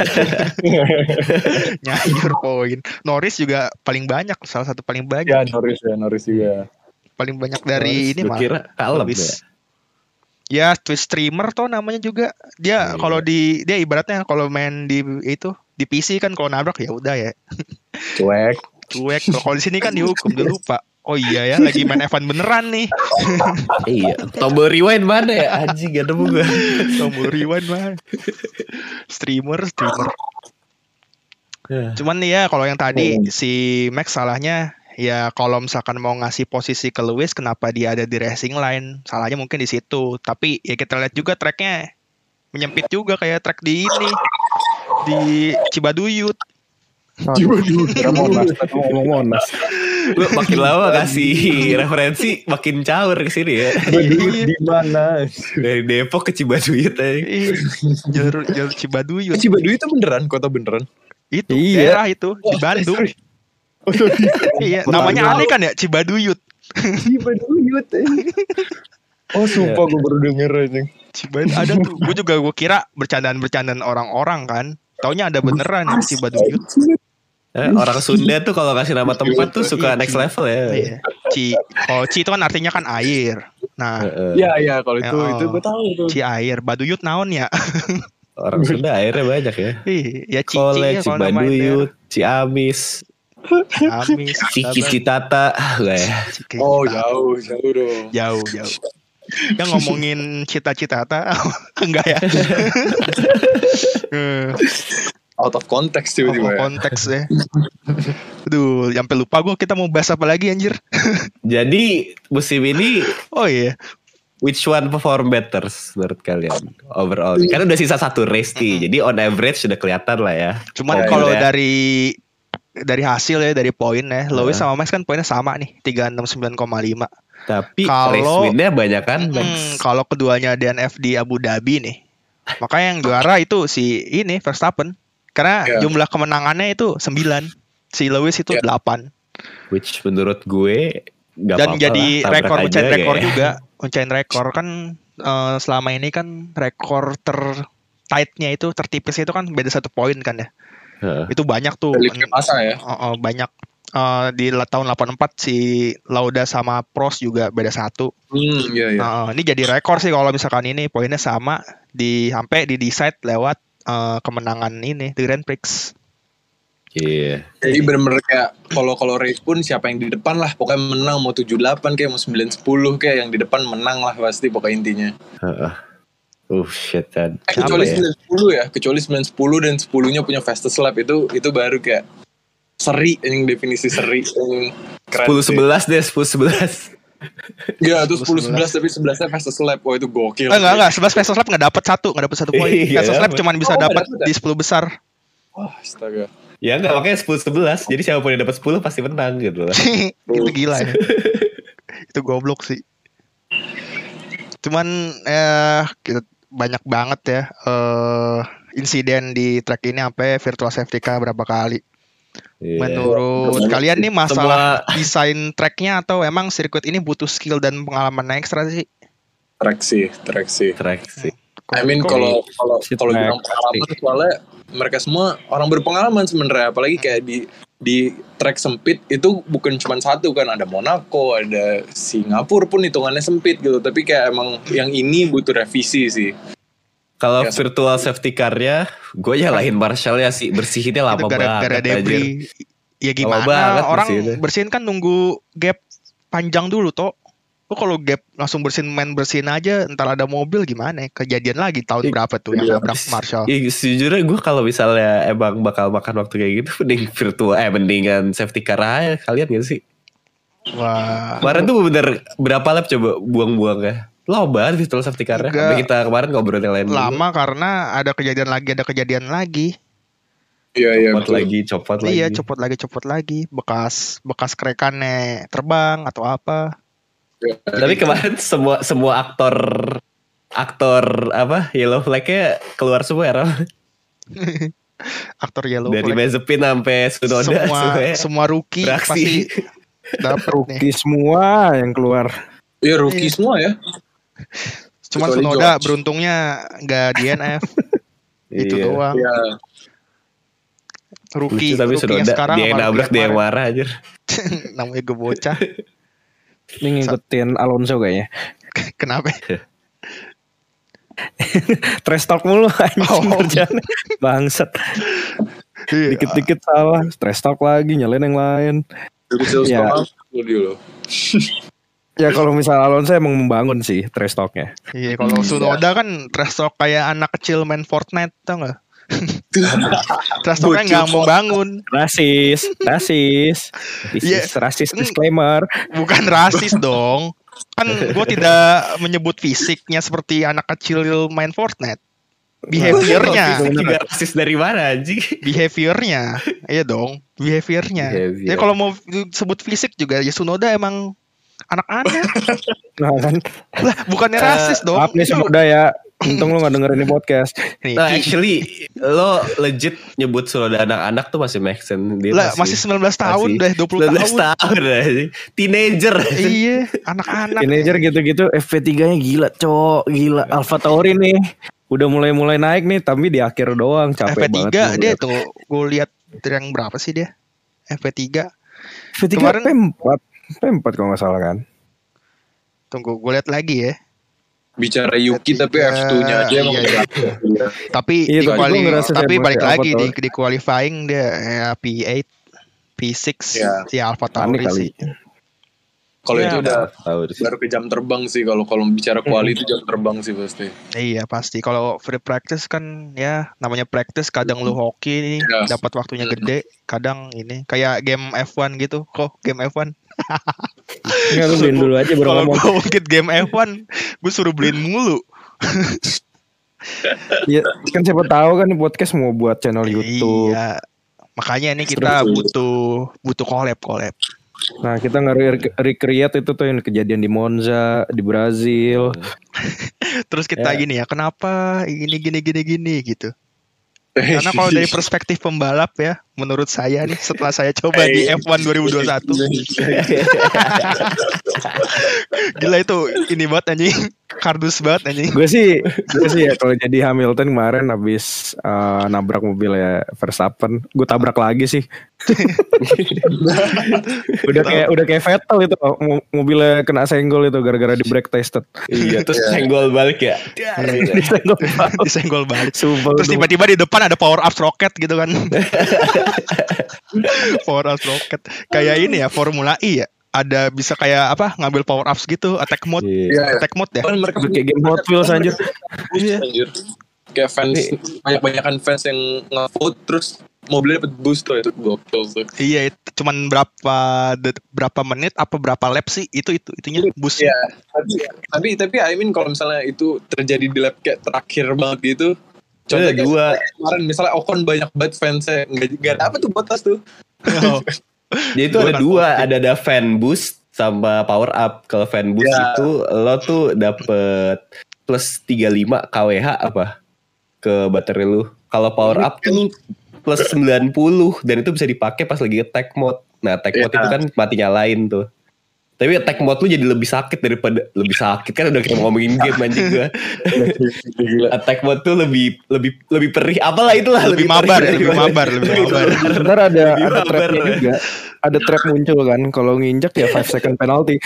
Nyayur poin. Norris juga paling banyak, salah satu paling banyak. Ya Norris ya Norris juga. Paling banyak dari ini Gua mah. kira kalem Lewis. ya. Ya, Twitch streamer tuh namanya juga. Dia Iya. kalau di dia ibaratnya kalau main di itu di P C kan kalau nabrak ya udah ya. Cuek. Cuek. Kalau di sini kan dihukum, dia lupa. Oh iya ya, lagi main F satu beneran nih. Iya, tombol rewind mana ya? Anjing gak nemu gue. Tombol rewind mah. Streamer, streamer. Cuman nih ya kalau yang tadi Hmm. si Max salahnya ya kalau misalkan mau ngasih posisi ke Lewis, kenapa dia ada di racing line? Salahnya mungkin di situ. Tapi ya kita lihat juga tracknya menyempit juga kayak track di ini di Cibaduyut. Kira Monas, tadi mau ngomong Monas. Lu makin lama kasih referensi makin caur ke sini ya. Di mana? Dari Depok ke Cibaduyut aja. Ih, jalur jalur Cibaduyut. Cibaduyut itu beneran kota beneran. Itu Iya. daerah itu di Oh, Bandung. sorry. Iya, namanya aneh kan ya, Cibaduyut. Cibaduyut. Oh sumpah gue baru denger aja. Cibaduyut ada tuh. Gue juga gue kira bercandaan-bercandaan orang-orang kan. Taunya ada beneran ya, Cibaduyut. Eh, orang Sunda tuh kalau kasih nama tempat tuh suka next level ya. Iya. Ci, kalau Ci itu kan artinya kan air. Nah, Heeh. Iya iya kalau itu Oh. itu gue tahu tuh. Ci air, Baduyut naon ya? Orang Sunda airnya banyak ya. Ih, ya Cici Kole, ya kalau nama Cibaduyut, Ciamis, daerah. Amis, Ciki Citata, ah, enggak ya. Ciki, Oh Cita. jauh jauh dong. jauh, jauh. Yang ngomongin cita-cita enggak ya? Eh, Out of context oh, tiba-tiba ya. konteks ya. Aduh, sampai lupa gue kita mau bahas apa lagi anjir. Jadi musim ini Oh iya. which one perform better menurut kalian overall? Kan udah sisa satu race nih, jadi on average sudah kelihatan lah ya. Cuman Oh, kalau iya. dari dari hasil ya, dari poin ya, Lewis Heeh. sama Max kan poinnya sama nih, tiga enam sembilan koma lima. Tapi Kalau- race win-nya banyak kan Hmm, Max. kalau keduanya D N F di Abu Dhabi nih. Makanya yang juara itu si ini Verstappen. Karena Ya. jumlah kemenangannya itu sembilan. Si Lewis itu Ya. delapan. Which menurut gue gak Dan apa-apa jadi lah, tabrak rekor aja mencain rekor kayak. juga. Mencain rekor kan eh, selama ini kan rekor ter tightnya itu tertipis itu kan beda satu poin kan ya. Heeh. Itu banyak tuh. Felipe Massa ya. Oh, oh, banyak. Eh, di la- tahun delapan puluh empat si Lauda sama Prost juga beda satu. Hmm iya iya. Nah, ini jadi rekor sih kalau misalkan ini poinnya sama di sampai di decide lewat eh, kemenangan ini di Grand Prix. Iya. Jadi bener-bener kayak kalau kalau race pun siapa yang di depan lah pokoknya menang mau tujuh delapan kayak mau sembilan sepuluh kayak yang di depan menang lah pasti pokoknya intinya. Heeh. Oh shit kan. Eh, kecuali Apa ya? sembilan sepuluh ya, kecuali sembilan sepuluh dan sepuluh-nya punya fastest lap itu itu baru kayak seri yang definisi seri yang keren. sepuluh sih. sebelas deh, sepuluh sebelas. Iya, itu sepuluh sebelas tapi sebelasnya fastest lap. Wah, itu gokil. Eh, enggak enggak, sebelas fastest lap enggak dapat satu, enggak dapat satu poin. Iya, Fastest lap apa? cuma bisa Oh, nggak dapat dapet ya? di sepuluh besar. Wah, astaga. Ya enggak, makanya sepuluh sebelas. Jadi siapapun yang dapat sepuluh pasti menang gitu lah. Itu gila ya. Itu goblok sih. Cuman eh kita banyak banget ya eh insiden di track ini sampai virtual safety car berapa kali. Iya. Menurut Banyak kalian sih. nih masalah desain tracknya atau emang sirkuit ini butuh skill dan pengalaman ekstra sih? Track sih, track sih. Track sih. I mean Kok- kalau kalau Si kalau track, bilang pengalaman soalnya mereka semua orang berpengalaman sebenarnya apalagi kayak di di track sempit itu bukan cuma satu kan ada Monaco ada Singapura pun hitungannya sempit gitu tapi kayak emang yang ini butuh revisi sih. Kalau Ya, virtual safety car-nya, gue nyalahin Marshall ya sih, bersihinnya itu lama gara-gara banget. anjir. debris. Ya Lama gimana banget orang bersihinnya. bersihin kan nunggu gap panjang dulu toh. Kok kalau gap langsung bersin main bersin aja, ntar ada mobil gimana? Kejadian lagi tahun berapa tuh yang nabrak Marshall? Iya, sejujurnya gue kalau misalnya emang bakal makan waktu kayak gitu, mending virtual, eh mendingan safety car aja, kalian gak sih? Wah. Kemarin tuh bener berapa lap coba buang-buang ya? Lama banget virtual safety car-nya. Enggak. Sampai kita kemarin ngobrol yang lain. Lama dulu. Karena ada kejadian lagi, ada kejadian lagi. Iya iya. Copot lagi, copot lagi. Iya, copot lagi, copot lagi. Bekas bekas kerekannya terbang atau apa? Ya, tapi kemarin semua semua aktor aktor apa Yellow Flag-nya keluar semua ya, Ram? Aktor Yellow Dari Flag. Mazepin sampai Tsunoda semua semua, semua rookie beraksi. pasti dapat Rookie semua yang keluar. Iya rookie semua ya. Cuman Kecuali Tsunoda George. beruntungnya nggak D N F. Itu Iya. doang. Iya. Rookie, Lucu, tapi rookie yang Tsunoda sekarang dia yang sama rookie nabrak, dia yang kemarin. marah aja. Namanya gue bocah. Ini ngikutin Alonso kayaknya. Kenapa? Trash talk mulu anjing Oh. kerjaannya. Bangsat. Dikit-dikit salah, trash talk lagi, nyalain yang lain. Ya. Ya. Dulu. Ya kalau misal Alonso emang membangun sih trash talknya. Iya, kalau Tsunoda kan trash talk kayak anak kecil main Fortnite, tau gak? Trash talknya nggak mau bangun. Rasis, rasis. This Iya. is rasis disclaimer. Bukan rasis dong. Kan gue tidak menyebut fisiknya seperti anak kecil main Fortnite. Behaviornya, Fisik juga rasis dari mana anjing? behaviornya, iya dong, behaviornya. Behavior. Ya kalau mau sebut fisik juga, ya Tsunoda emang anak-anak. Nah kan, Lah, bukannya rasis dong. maaf nih semudah ya. Untung lu gak dengerin ini podcast. Nih, Nah actually lo legit nyebut Tsunoda anak-anak tuh masih make sense. Dia lah masih sembilan belas tahun masih deh, dua puluh sembilan belas tahun. tahun anjing. Teenager. Iya, anak-anak. Teenager gitu-gitu F P tiga nya gila cok. Gila Alpha Tauri nih udah mulai-mulai naik nih, tapi di akhir doang F capek P tiga banget. dia tuh, gue lihat yang berapa sih dia? F P tiga. F P tiga Kemarin- P empat P empat kalau gak salah kan. Tunggu, gue lihat lagi ya. Bicara Yuki F tiga, tapi F two nya aja emang iya. udah. Tapi Iya, di tapi quali- gua ngerasa tapi saya balik masih lagi Alpha di Tauri. di qualifying dia ya, P eight, P six Iya. ya Alpha Aneh Tauri kali. sih. Kalau Iya. itu udah Tahu sih. baru ke jam terbang sih, kalau kalau bicara kuali itu jam terbang sih pasti. Iya pasti. Kalau free practice kan ya namanya practice, kadang lu hoki nih Iya. dapat waktunya gede, kadang ini kayak game F one gitu. Kok game F one? Enggak, lu beliin dulu aja baru Kalau ngomong. gue ungkit game F one, gue suruh beliin mulu. Ya, kan siapa tahu kan nih podcast mau buat channel YouTube. Iya. Makanya ini kita butuh butuh collab collab. Nah, kita nge-recreate itu tuh yang kejadian di Monza, di Brazil. Terus kita Ya. gini ya, kenapa gini gini gini gini gitu. Karena kalau dari perspektif pembalap ya, menurut saya nih setelah saya coba di F one dua ribu dua puluh satu, gila itu ini banget anjing, kardus banget anjing. Gue sih, gue sih ya kalau jadi Hamilton kemarin habis uh, nabrak mobil ya Verstappen, gue tabrak lagi sih. udah kayak udah kayak Vettel itu, mo- mobilnya kena senggol itu gara-gara di brake tested. Iya, terus senggol balik ya. Disenggol balik. Disenggol balik. Sumpah, Terus lu- tiba-tiba di depan ada power up rocket gitu kan. Power up rocket. Kayak ini ya Formula E ya. Ada bisa kayak apa ngambil power ups gitu, attack mode. Iya. Iya, Attack mode ya. kan mereka Udah kayak game Hot Wheels anjir. Iya. anjir. Kayak fans, banyak-banyakan fans yang nge-vote terus mobilnya dapat boost tuh, itu gokil tuh. Iya, itu cuman berapa de- berapa menit apa berapa lap sih? Itu itu itunya bus. Iya, tapi, tapi tapi I mean kalau misalnya itu terjadi di lap kayak terakhir banget gitu. Contohnya Ada dua. kayak kemarin misalnya Ocon banyak banget fansnya nggak nggak ada apa tuh Bottas tuh. Oh. Jadi itu ada Bukan dua, voting. ada ada fan boost sama power up. Kalau fan boost Ya. itu lo tuh dapet plus tiga puluh lima kWh apa ke baterai lu. Kalau power up tuh plus sembilan puluh dan itu bisa dipakai pas lagi attack mode. Nah, attack mode Ya. itu kan mati nyalain tuh. Tapi attack mode lu jadi lebih sakit daripada lebih sakit kan udah kayak ngomongin game anjing gua. Attack mode tuh lebih lebih lebih perih. Apalah itulah Lebih perih mabar ya, lebih daripada- mabar, lebih mabar. Ntar ada Lebih ada mabar. trapnya juga. Ada trap muncul kan. Kalau nginjek ya five second penalty.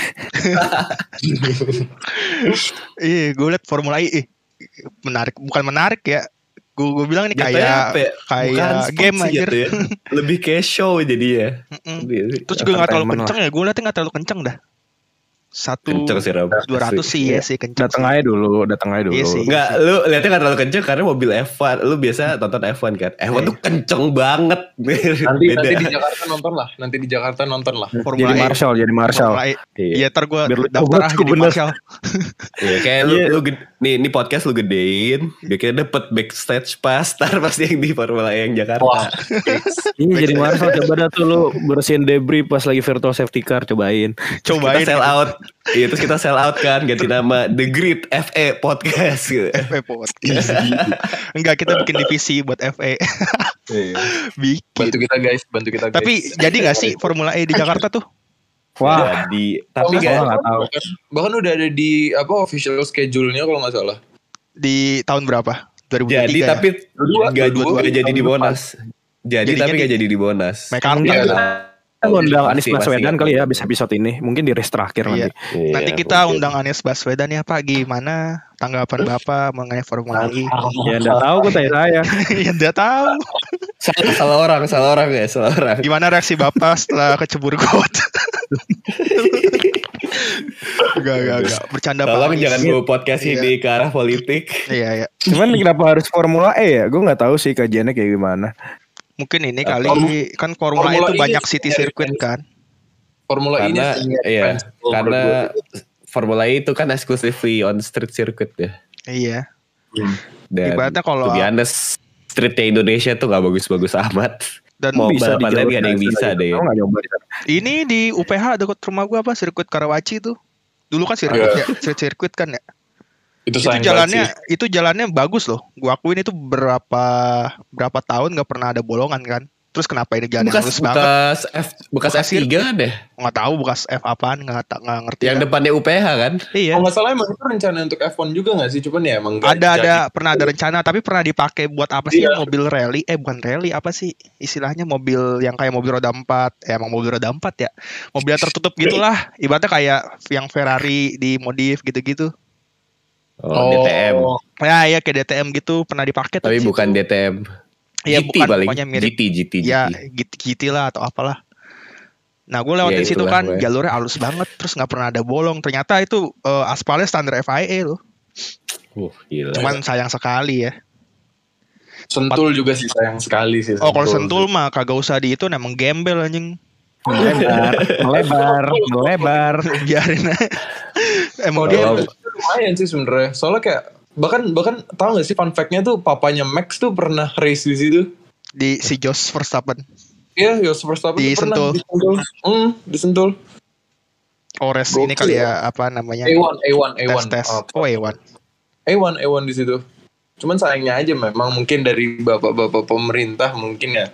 Iya, gue liat Formula E, eh, menarik, bukan menarik ya. Gue gue bilang ini Jatuhnya kayak apa ya? Bukan kayak sport game sih anjir. jatuhnya. Lebih kayak show jadi ya. Mm-mm. Terus juga nggak terlalu Entertainment kenceng ya, gue liatnya nggak terlalu kenceng dah. Satu Kenceng sih Ram. dua ratus sih ya sih kenceng. Datang sih. aja dulu, datang aja dulu. Iya sih. Enggak, lu lihatnya nggak terlalu kenceng karena mobil F satu. Lu biasa tonton F satu kan? F satu tuh kenceng banget. Nanti Beda. nanti di Jakarta nonton lah. Nanti di Jakarta nonton lah. Formula Jadi E. Marshall, jadi Marshall. Formula E. Iya. Iya, ntar gue Biar lu daftar tahu ah tuh jadi bener. Marshall. Iya, kayak lu, Iya. lu gede, nih, ini podcast lu gedein, biar kita dapet backstage pass, ntar pasti yang di Formula E yang Jakarta. Wah. Iya jadi Marshall, coba dah tuh lu bersihin debris pas lagi virtual safety car, cobain. Cobain. Kita sell out, iya terus kita sell out kan, ganti nama The Great F E Podcast gitu. F E podcast. Enggak, kita bikin divisi buat F E. Iya. Bikin. Bantu kita guys, bantu kita guys. Tapi jadi nggak sih Formula E di Jakarta tuh? Wah, Jadi, Kalau tapi nggak gak, gua salah, nggak tahu. bahkan, bahkan udah ada di apa official schedule-nya kalau nggak salah. Di tahun berapa? dua ribu dua puluh tiga jadi ya? tapi Dua, gak, dua, dua, gak jadi di tahun Monas. Jadi Jadinya tapi di- gak jadi di Monas. Mekarta. Mungkin Iya, kita Oh, undang masih- Anies masih Baswedan nggak kali tahu. ya, bisa episode ini. Mungkin di race terakhir Iya. nanti. Iya, Nanti kita mungkin. undang Anies Baswedan ya Pak, gimana tanggapan Bapak mengenai Formula E? Ya enggak tahu gue tanya saya. Ya enggak tahu. Salah, salah orang, salah orang ya, salah orang. Gimana reaksi Bapak setelah kecebur got? Enggak, enggak, enggak. Bercanda Pak Tolong Anies. jangan bawa podcast Iya. ini ke arah politik. Iya, iya. Cuman kenapa harus Formula E ya? Gue nggak tahu sih kajiannya kayak gimana. Mungkin ini Apa? kali kan Formula, Formula E itu E banyak ini city nyari circuit fans. kan. Formula ini Karena iya, Oh, karena menurut gua. Formula E itu kan exclusively on street circuit ya. Iya. Hmm. Dan Ibaratnya kalau- to be honest, streetnya Indonesia tuh gak bagus-bagus amat. Dan Mau Bisa balapan lain di gak ada yang bisa deh. Kamu nggak nyoba di sana? ini di U P H dekat rumah gua apa sirkuit Karawaci tuh. Dulu kan sirkuit Iya. ya, street circuit kan ya. Itu Itu sayang jalannya banget sih. itu jalannya bagus loh. Gua akuin itu berapa berapa tahun nggak pernah ada bolongan kan. Terus kenapa ini jalannya Bekas, halus banget? bekas F, bekas Bekas F tiga kan deh. Nggak tahu bekas F apaan, nggak ta- nggak ngerti. Yang kan. depannya U P H kan. Iya. Kalau nggak salah emang itu rencana untuk F satu juga nggak sih? Cuman ya emang nggak Ada ada jadi. pernah ada rencana tapi pernah dipakai buat apa sih? Iya. Mobil rally? Eh bukan rally, apa sih istilahnya, mobil yang kayak mobil roda empat. Eh emang mobil roda empat ya. Mobil yang tertutup gitulah. Ibaratnya kayak yang Ferrari di modif gitu-gitu. Oh, D T M. Ya ya kayak D T M gitu pernah dipakai tuh Tapi di bukan situ. D T M. Iya, G T bukan, paling. pokoknya mirip. G T, G T, Ya G T. G T lah atau apalah. Nah gue lewatin Ya, situ itulah, kan gue. jalurnya halus banget, terus nggak pernah ada bolong. Ternyata itu eh, aspalnya standar F I A loh. Uh, gila. Cuman sayang sekali ya. Sentul juga sih sayang sekali sih. Oh kalau sentul mah kagak usah di itu, emang gembel anjing. Melebar, melebar, melebar. Biarin aja. Emang Oh, dia Kalau- dia lumayan sih sebenarnya. Soalnya kayak bahkan bahkan tahu nggak sih fun fact-nya tuh papanya Max tuh pernah race di situ. di si Jos Verstappen. Iya, Jos Verstappen Di tuh pernah Sentul. di Sentul. Hmm, di Sentul. Ores Gokil ini kali ya. ya apa namanya? A satu, A satu, A satu. Tes tes. Ah, Oh A satu. A satu, A satu di situ. Cuman sayangnya aja memang mungkin dari bapak-bapak pemerintah mungkin ya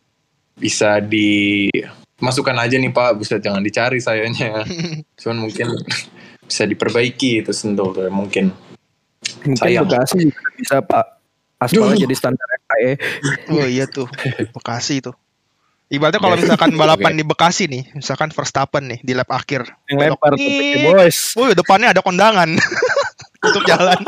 bisa dimasukkan aja nih Pak, bisa jangan dicari sayanya. Cuman mungkin bisa diperbaiki itu Sentul tuh, mungkin. Mungkin Sayang. Bekasi juga bisa Pak. Aspalnya jadi standar F I A. Oh iya tuh Bekasi tuh. Ibaratnya kalau misalkan balapan di Bekasi nih, misalkan Verstappen nih di lap akhir. Yang lebar tuh Ih. boys. Wih, depannya ada kondangan untuk jalan.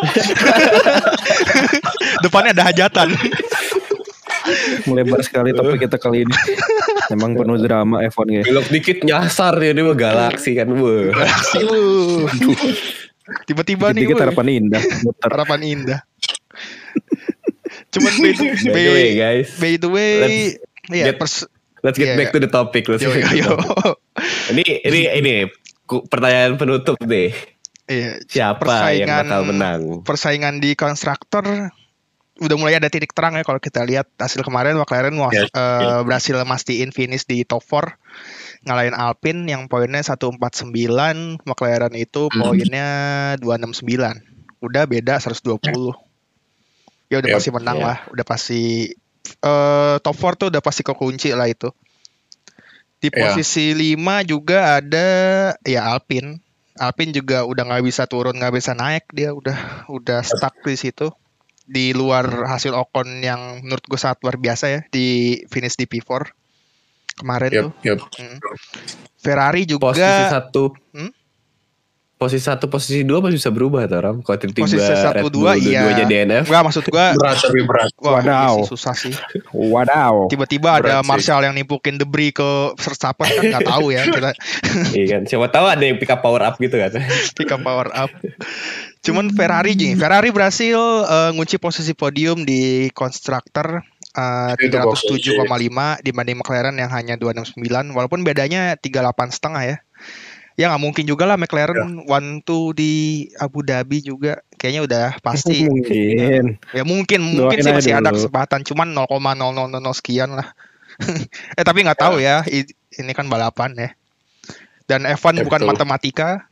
Depannya ada hajatan. Melebar sekali topik kita kali ini. Emang penuh drama F satu ya. Belok dikit nyasar ya, ini mah galaksi kan. Wah. Uh. Tiba-tiba nih, Dikit wih, harapan indah. Muter. harapan indah. Cuman by the, By the way guys, by the way, iya, get- pers- let's get Iya, back to the topic. Let's yo, get yo, back to the yo. topic. Ini ini ini ku- pertanyaan penutup deh. Iya, Siapa yang persaingan- bakal menang? persaingan di konstruktor udah mulai ada titik terang ya kalau kita lihat hasil kemarin. McLaren was- Yes, eh, berhasil mastiin finish di top empat ngalahin Alpine yang poinnya seratus empat puluh sembilan, McLaren itu Hmm. poinnya dua ratus enam puluh sembilan. Udah beda seratus dua puluh. Ya udah Yep, pasti menang yep. lah, udah pasti eh, top empat tuh udah pasti kekunci lah itu. Di Iya. posisi lima juga ada ya Alpine. Alpine juga udah nggak bisa turun, nggak bisa naik, dia udah udah stuck di situ. Di luar hasil Ocon yang menurut gue sangat luar biasa ya di finish di P empat kemarin tuh. Yup, yup. Mm. Ferrari Posisi juga satu. Hmm? posisi satu, posisi dua masih bisa berubah tuh Ram. Kalau tiba-tiba Posisi satu, Red Bull dua, iya. dua-duanya D N F. Enggak, maksud gua Berat tapi berat. wah, Wadaw. iya sih, susah sih. Wadaw. Tiba-tiba ada Berat sih. Marshall yang nimpukin debris ke Verstappen kan nggak tahu ya kita Iya kan. Siapa tahu ada yang pick up power up gitu kan. pick up power up. Cuman Ferrari gini, Ferrari berhasil uh, ngunci posisi podium di konstruktor uh, Itu tiga ratus tujuh koma lima dibanding McLaren yang hanya dua ratus enam puluh sembilan, walaupun bedanya tiga puluh delapan setengah ya. Ya nggak mungkin juga lah McLaren one two di Abu Dhabi juga kayaknya udah pasti. Mungkin. Ya mungkin mungkin Doain sih aja masih ada dulu. kesempatan, cuman nol koma nol nol nol sekian lah. eh tapi nggak tahu ya, i- ini kan balapan ya. Dan F satu Ya, bukan betul. matematika.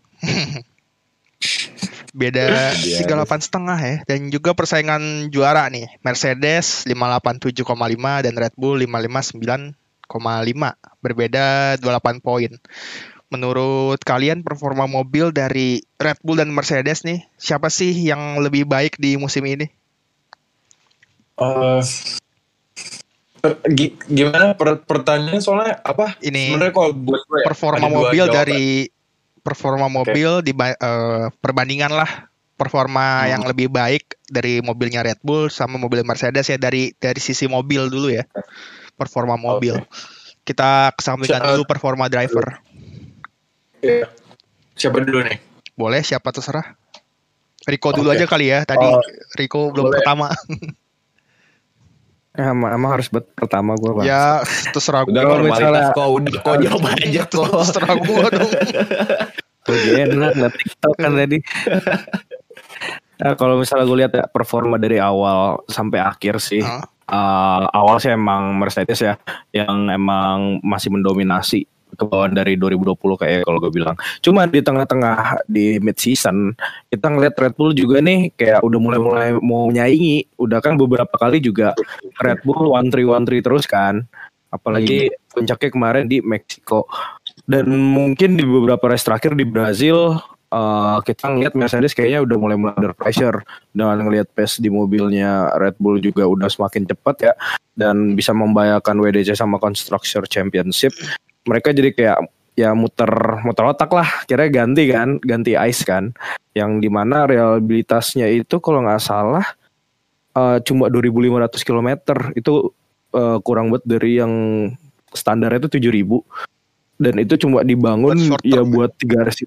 Beda tiga puluh delapan setengah ya. Dan juga persaingan juara nih, Mercedes lima delapan tujuh koma lima dan Red Bull lima lima sembilan koma lima, berbeda dua puluh delapan poin. Menurut kalian performa mobil dari Red Bull dan Mercedes nih, siapa sih yang lebih baik di musim ini? Eh, per- gi- gimana per- pertanyaan soalnya apa? Ini Sebenarnya kalau buat gue ya, performa ada dua mobil jawaban. dari performa mobil di perbandingan lah performa Hmm. yang lebih baik dari mobilnya Red Bull sama mobil Mercedes ya, dari dari sisi mobil dulu ya, performa mobil. Kita kesampingkan Sa- dulu performa driver. Iya. Siapa dulu nih? Boleh, siapa terserah. Rico dulu Oke. aja kali ya. Tadi Oh, Rico belum boleh. pertama. Ya, emang, emang harus bet pertama gue bang. Ya terserah Udah gue. Kalau normalitas misalnya- kok, udah kok jawab aja kok. Terserah gue dong. Lagi enak nggak TikTok kan tadi. Nah, kalau misalnya gue lihat ya performa dari awal sampai akhir sih, Hah? uh, awal sih emang Mercedes ya yang emang masih mendominasi ke bawah dari dua ribu dua puluh kayak kalau gue bilang. Cuma di tengah-tengah di mid season kita ngeliat Red Bull juga nih kayak udah mulai-mulai mau nyaingi. Udah kan beberapa kali juga Red Bull one three one three terus kan. Apalagi puncaknya kemarin di Meksiko. Dan mungkin di beberapa race terakhir di Brazil uh, kita ngeliat Mercedes kayaknya udah mulai mulai under pressure dengan ngelihat pace di mobilnya Red Bull juga udah semakin cepat ya dan bisa membahayakan W D C sama Constructor Championship. Mereka jadi kayak ya muter muter otak lah, kira ganti kan, ganti ice kan, yang dimana reliabilitasnya itu kalau nggak salah uh, cuma dua ribu lima ratus kilometer, itu uh, kurang banget dari yang standarnya itu tujuh ribu. Dan itu cuma dibangun Buat short ya term, buat tiga race.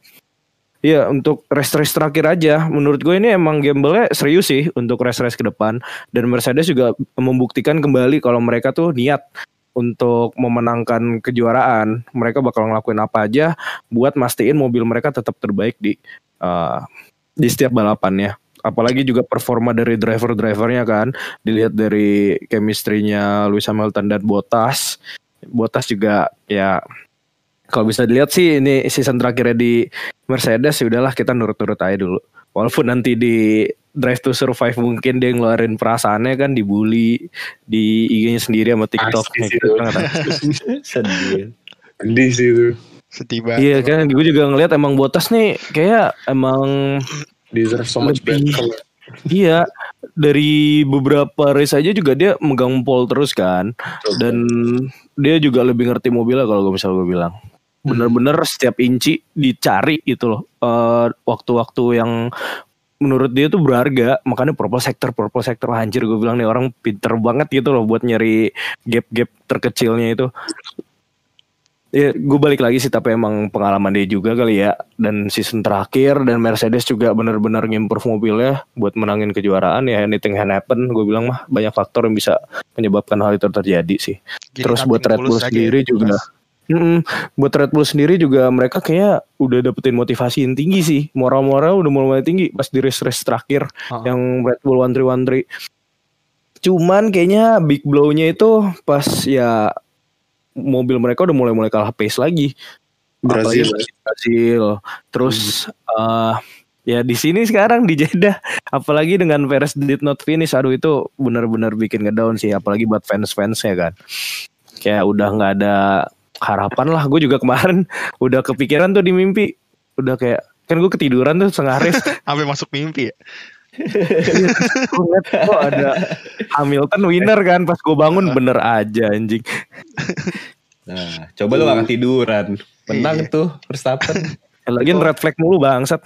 Iya untuk race-race terakhir aja. Menurut gue ini emang gamble-nya serius sih untuk race-race ke depan. Dan Mercedes juga membuktikan kembali kalau mereka tuh niat untuk memenangkan kejuaraan. Mereka bakal ngelakuin apa aja buat mastiin mobil mereka tetap terbaik di uh, di setiap balapannya. Apalagi juga performa dari driver-drivernya kan. Dilihat dari chemistry-nya Lewis Hamilton dan Bottas. Bottas juga ya kalau bisa dilihat sih ini season terakhirnya di Mercedes, ya udahlah kita nurut-nurut aja dulu. Walaupun nanti di Drive to Survive mungkin dia ngeluarin perasaannya kan, dibully di I G-nya sendiri sama TikTok-nya Pasti gitu. sih. Kan nggak tahu. Sedih. Sedih sih itu. Sedih banget. Iya kan, gue juga ngelihat emang Bottas nih kayak emang Deserve so much Lebih- better. iya dari beberapa race aja juga dia megang pole terus kan, dan dia juga lebih ngerti mobilnya kalau gue misal gue bilang. Bener-bener setiap inci dicari gitu loh. Eh, waktu-waktu yang menurut dia tuh berharga, makanya purple sector purple sector anjir, gue bilang nih orang pinter banget gitu loh buat nyari gap-gap terkecilnya itu. Ya gue balik lagi sih, tapi emang pengalaman dia juga kali ya, dan season terakhir dan Mercedes juga benar-benar ngimprove mobilnya buat menangin kejuaraan. Ya anything can happen, gue bilang mah banyak faktor yang bisa menyebabkan hal itu terjadi sih. Gini, Terus nothing buat Red Bull tulus lagi sendiri ya, juga, Mm-mm. buat Red Bull sendiri juga mereka kayak udah dapetin motivasi yang tinggi sih, moral-moral udah mulai tinggi pas di race-race terakhir Ah. yang Red Bull one three one three. Cuman kayaknya big blow-nya itu pas ya mobil mereka udah mulai-mulai kalah pace lagi. Brazil. Apalagi Brazil. Terus eh, ya di sini sekarang di Jeddah, apalagi dengan Perez did not finish, aduh itu benar-benar bikin ngedown sih, apalagi buat fans-fansnya kan. Kayak udah nggak ada harapan lah. Gue juga kemarin udah kepikiran tuh di mimpi, udah kayak kan gue ketiduran tuh setengah race. Sampai masuk mimpi ya. Gue ngeliat kok ada Hamilton winner kan, pas gue bangun bener aja anjing. Nah, coba lu gak ketiduran. Menang Iya. tuh Verstappen. Lagi red flag mulu bangsat.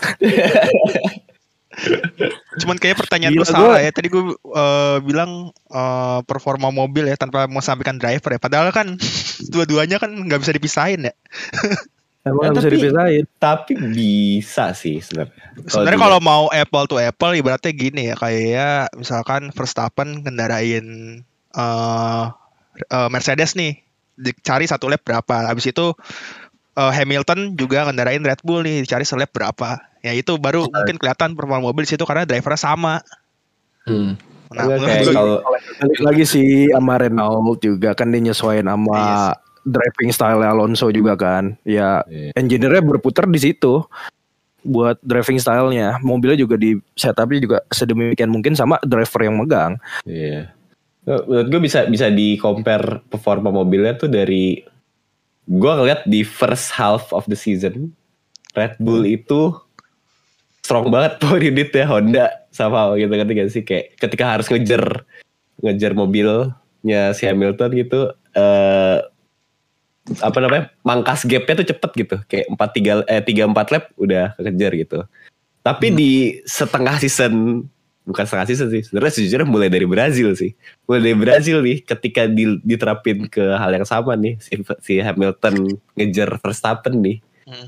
Cuman kayak pertanyaan Gila, gue salah gua- ya. Tadi gue uh, bilang uh, performa mobil ya tanpa mengesampingkan driver ya. Padahal kan dua-duanya kan nggak bisa dipisahin ya. Emang Ya, nggak bisa tapi- dipisahin. Tapi bisa sih sebenarnya. Sebenarnya dilihat. kalau mau apple to apple ibaratnya gini ya, kayak misalkan Verstappen ngendarain uh, uh, Mercedes nih, dicari satu lap berapa. Habis itu uh, Hamilton juga ngendarain Red Bull nih, dicari selap berapa. Ya itu baru mungkin kelihatan performa mobil di situ karena drivernya sama. Hmm. Nah, Enggak, menurut kayak gue- kalau Balik lagi sih sama Renault juga kan dia nyesuaiin sama Iya driving style Alonso juga kan. Ya Iya. engineer-nya berputar di situ buat driving style-nya. Mobilnya juga di setupnya juga sedemikian mungkin sama driver yang megang. Iya. Menurut gue bisa bisa di compare performa mobilnya tuh dari gue ngeliat di first half of the season Red Bull itu strong banget power unitnya Honda sama gitu kan gak sih kayak ketika harus ngejar ngejar mobilnya si Hamilton gitu eh apa namanya mangkas gapnya tuh cepet gitu kayak empat tiga eh tiga empat lap udah kejar gitu. Tapi Hmm. di setengah season bukan setengah season sih sebenarnya sejujurnya mulai dari Brazil sih mulai dari Brazil nih ketika di- diterapin ke hal yang sama nih si, si Hamilton ngejar Verstappen nih Hmm.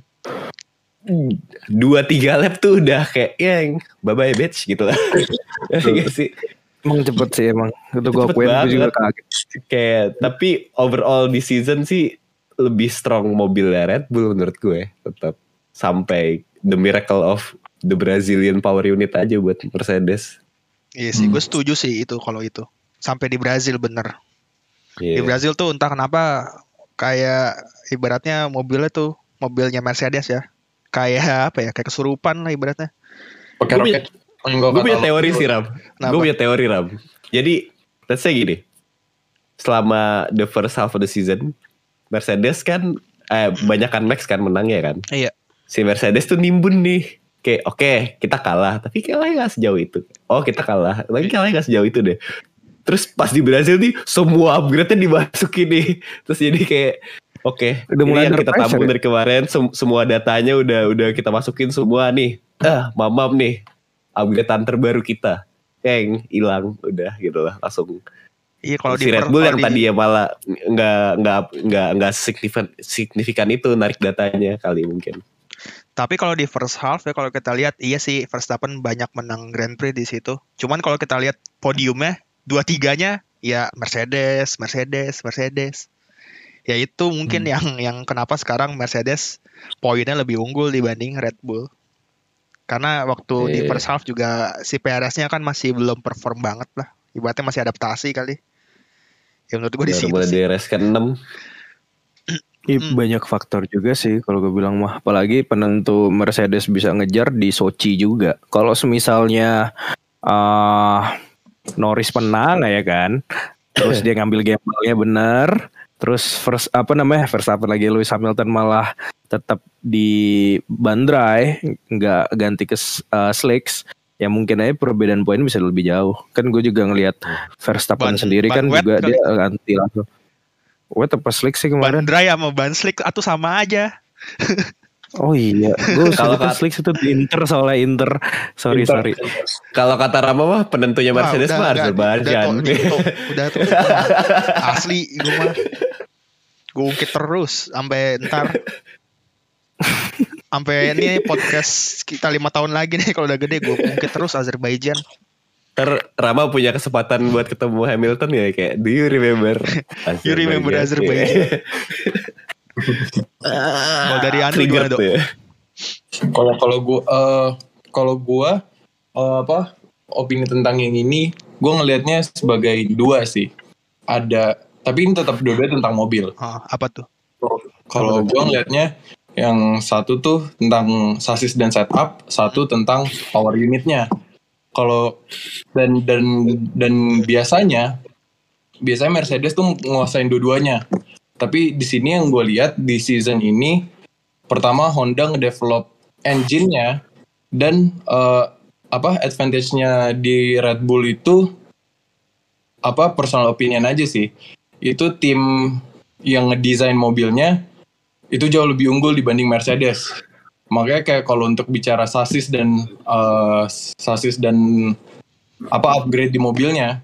dua tiga lap tuh udah kayak yang bye bye bitch gitu lah. Iya sih Emang cepet sih emang. Itu gue Cepet akuin gue juga banget. kaget. kayak tapi overall di season sih lebih strong mobilnya Red Bull menurut gue tetap sampai the miracle of the Brazilian power unit aja buat Mercedes. Iya sih, Hmm. gue setuju sih itu kalau itu. Sampai di Brazil bener. Di Iya. Brazil tuh entah kenapa kayak ibaratnya mobilnya tuh mobilnya Mercedes ya. Kayak apa ya? Kayak kesurupan lah ibaratnya. Pakai Gue punya- roket. Enggak Gue punya kata teori lo. sih Ram. Kenapa? Gue punya teori Ram. Jadi let's say gini. Selama the first half of the season Mercedes kan eh banyakan Max kan menang ya kan. Iya. Si Mercedes tuh nimbun nih. Kayak oke kita kalah tapi kalahnya gak sejauh itu. Oh kita kalah lagi kalahnya gak sejauh itu deh. Terus pas di Brazil nih semua upgrade-nya dimasukin nih. Terus jadi kayak oke Udah ini mulai yang under kita pressure tabung ya? dari kemarin sem- semua datanya udah udah kita masukin semua nih. Ah mamam nih upgradean terbaru kita. Yang hilang udah gitu lah langsung. Iya kalau di Si Red per- Bull kalau yang di- tadi ya malah nggak nggak nggak nggak signifikan signifikan itu narik datanya kali mungkin. Tapi kalau di first half ya kalau kita lihat iya sih Verstappen banyak menang Grand Prix di situ. Cuman kalau kita lihat podiumnya dua tiganya ya Mercedes, Mercedes, Mercedes. Ya itu mungkin Hmm. yang yang kenapa sekarang Mercedes poinnya lebih unggul dibanding Red Bull. Karena waktu di Iya. first half juga si Perez-nya kan masih belum perform banget lah. Ibaratnya masih adaptasi kali. Ya menurut gue di Baru situ mulai sih. di race ke-enam. Ih, Hmm. banyak faktor juga sih kalau gue bilang mah. Apalagi penentu Mercedes bisa ngejar di Sochi juga. Kalau semisalnya uh, Norris menang ya kan, terus dia ngambil gamble-nya bener, terus first apa namanya Verstappen lagi Lewis Hamilton malah tetap di bandrai, nggak ganti ke uh, slicks. Ya mungkin aja perbedaan poin bisa lebih jauh. Kan gue juga ngelihat Verstappen Ban- sendiri ban kan wet juga kali. dia ganti langsung. Wet apa slick sih kemarin? Ban dry sama ban slick atau sama aja. Oh iya, gue Kalau kalau kat- slick itu di Inter soalnya Inter. Sorry Inter. sorry. Kalau kata Rama mah penentunya Wah, Mercedes udah, mah harus udah, Azerbaijan. Udah, tuh, tuh, udah tuh. Asli gue mah. Gue ungkit terus sampai ntar. Sampai ini podcast kita lima tahun lagi nih kalau udah gede gue ungkit terus Azerbaijan. Ntar Rama punya kesempatan buat ketemu Hamilton ya kayak do you remember You remember Azerbaijan. Kalau dari Anu Triggered gimana, Dok? tuh ya. Kalau kalau gua eh, kalau gua eh, apa opini tentang yang ini, gua ngelihatnya sebagai dua sih. Ada tapi ini tetap dua-duanya tentang mobil. Ah, apa tuh? Kalau gua ngelihatnya yang satu tuh tentang sasis dan setup, satu tentang power unitnya. Kalau dan dan dan biasanya biasanya Mercedes tuh nguasain dua-duanya. Tapi di sini yang gue lihat di season ini, pertama Honda ngedevelop engine-nya dan eh, apa advantage-nya di Red Bull itu apa personal opinion aja sih. Itu tim yang ngedesain mobilnya itu jauh lebih unggul dibanding Mercedes. Makanya kayak kalau untuk bicara sasis dan uh, sasis dan apa upgrade di mobilnya,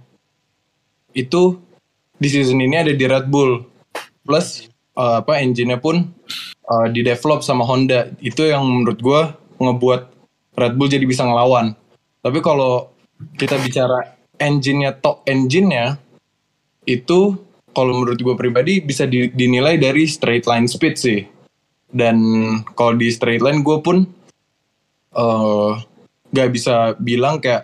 itu di season ini ada di Red Bull. Plus uh, apa engine-nya pun uh, di-develop sama Honda. Itu yang menurut gue ngebuat Red Bull jadi bisa ngelawan. Tapi kalau kita bicara engine-nya, top engine-nya, itu kalau menurut gue pribadi bisa di, dinilai dari straight line speed sih. Dan kalau di straight line gue pun uh, gak bisa bilang kayak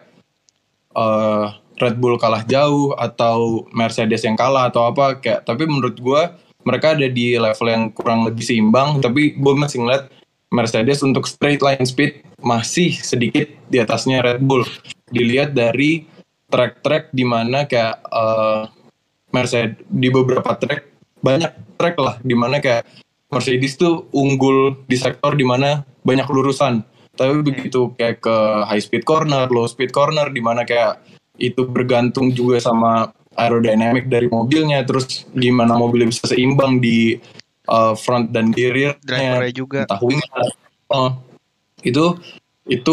uh, Red Bull kalah jauh atau Mercedes yang kalah atau apa kayak. Tapi menurut gue mereka ada di level yang kurang lebih seimbang. Tapi gue masih ngeliat Mercedes untuk straight line speed masih sedikit di atasnya Red Bull. Dilihat dari track-track di mana kayak uh, Mercedes di beberapa track, banyak track lah di mana kayak Mercedes tuh unggul di sektor di mana banyak lurusan. Tapi begitu kayak ke high speed corner, low speed corner di mana kayak itu bergantung juga sama aerodynamic dari mobilnya, terus gimana mobilnya bisa seimbang di uh, front dan di rear-nya, drivernya juga. entah wing-nya. Uh, itu itu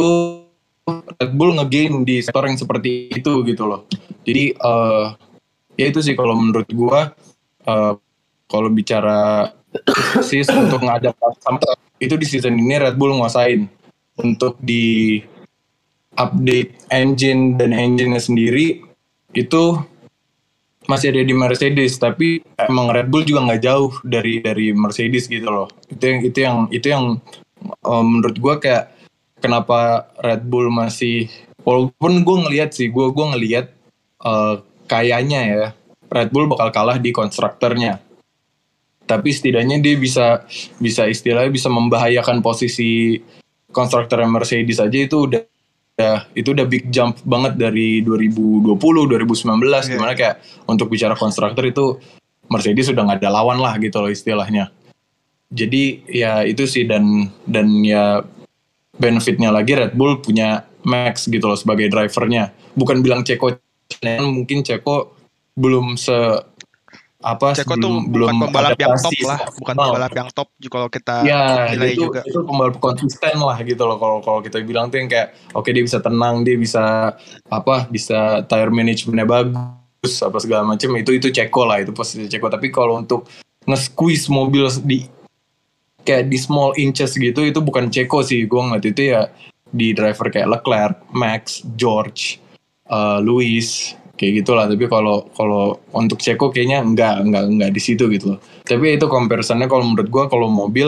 Red Bull nge-gain di sektor yang seperti itu gitu loh. Jadi uh, ya itu sih kalau menurut gua uh, kalau bicara sis untuk ngadaptasi sama itu di season ini Red Bull nguasain. Untuk di update engine dan engine-nya sendiri itu masih ada di Mercedes, tapi emang Red Bull juga nggak jauh dari dari Mercedes gitu loh. Itu yang itu yang itu yang uh, menurut gua kayak kenapa Red Bull masih, walaupun gue ngelihat sih gue gue ngelihat uh, kayaknya ya Red Bull bakal kalah di konstruktornya, tapi setidaknya dia bisa bisa istilahnya bisa membahayakan posisi konstruktor Mercedes aja. Itu udah ya itu udah big jump banget dari dua ribu dua puluh dua ribu sembilan belas yeah. Dimana kayak untuk bicara konstruktor itu Mercedes udah nggak ada lawan lah gitu loh istilahnya. Jadi ya itu sih, dan dan ya benefitnya lagi Red Bull punya Max gitu loh sebagai drivernya. Bukan bilang Ceko, mungkin Ceko belum se apa Ceko tuh belum, bukan belum pembalap yang top adaptasi lah, bukan oh. pembalap yang top kalau kita ya, nilai itu, juga. itu pembalap konsisten lah gitu loh. Kalau kalau kita bilang tuh yang kayak oke okay, dia bisa tenang, dia bisa apa bisa tire managementnya bagus apa segala macam, itu itu Ceko lah, itu posisi Ceko. Tapi kalau untuk nge-squeeze mobil di kayak di small inches gitu, itu bukan Ceko sih. Gue ngeliat itu ya di driver kayak Leclerc, Max, George, uh, Lewis, kayak gitulah. Tapi kalau kalau untuk Ceko kayaknya enggak enggak enggak di situ gitu loh. Tapi itu comparisonnya kalau menurut gue kalau mobil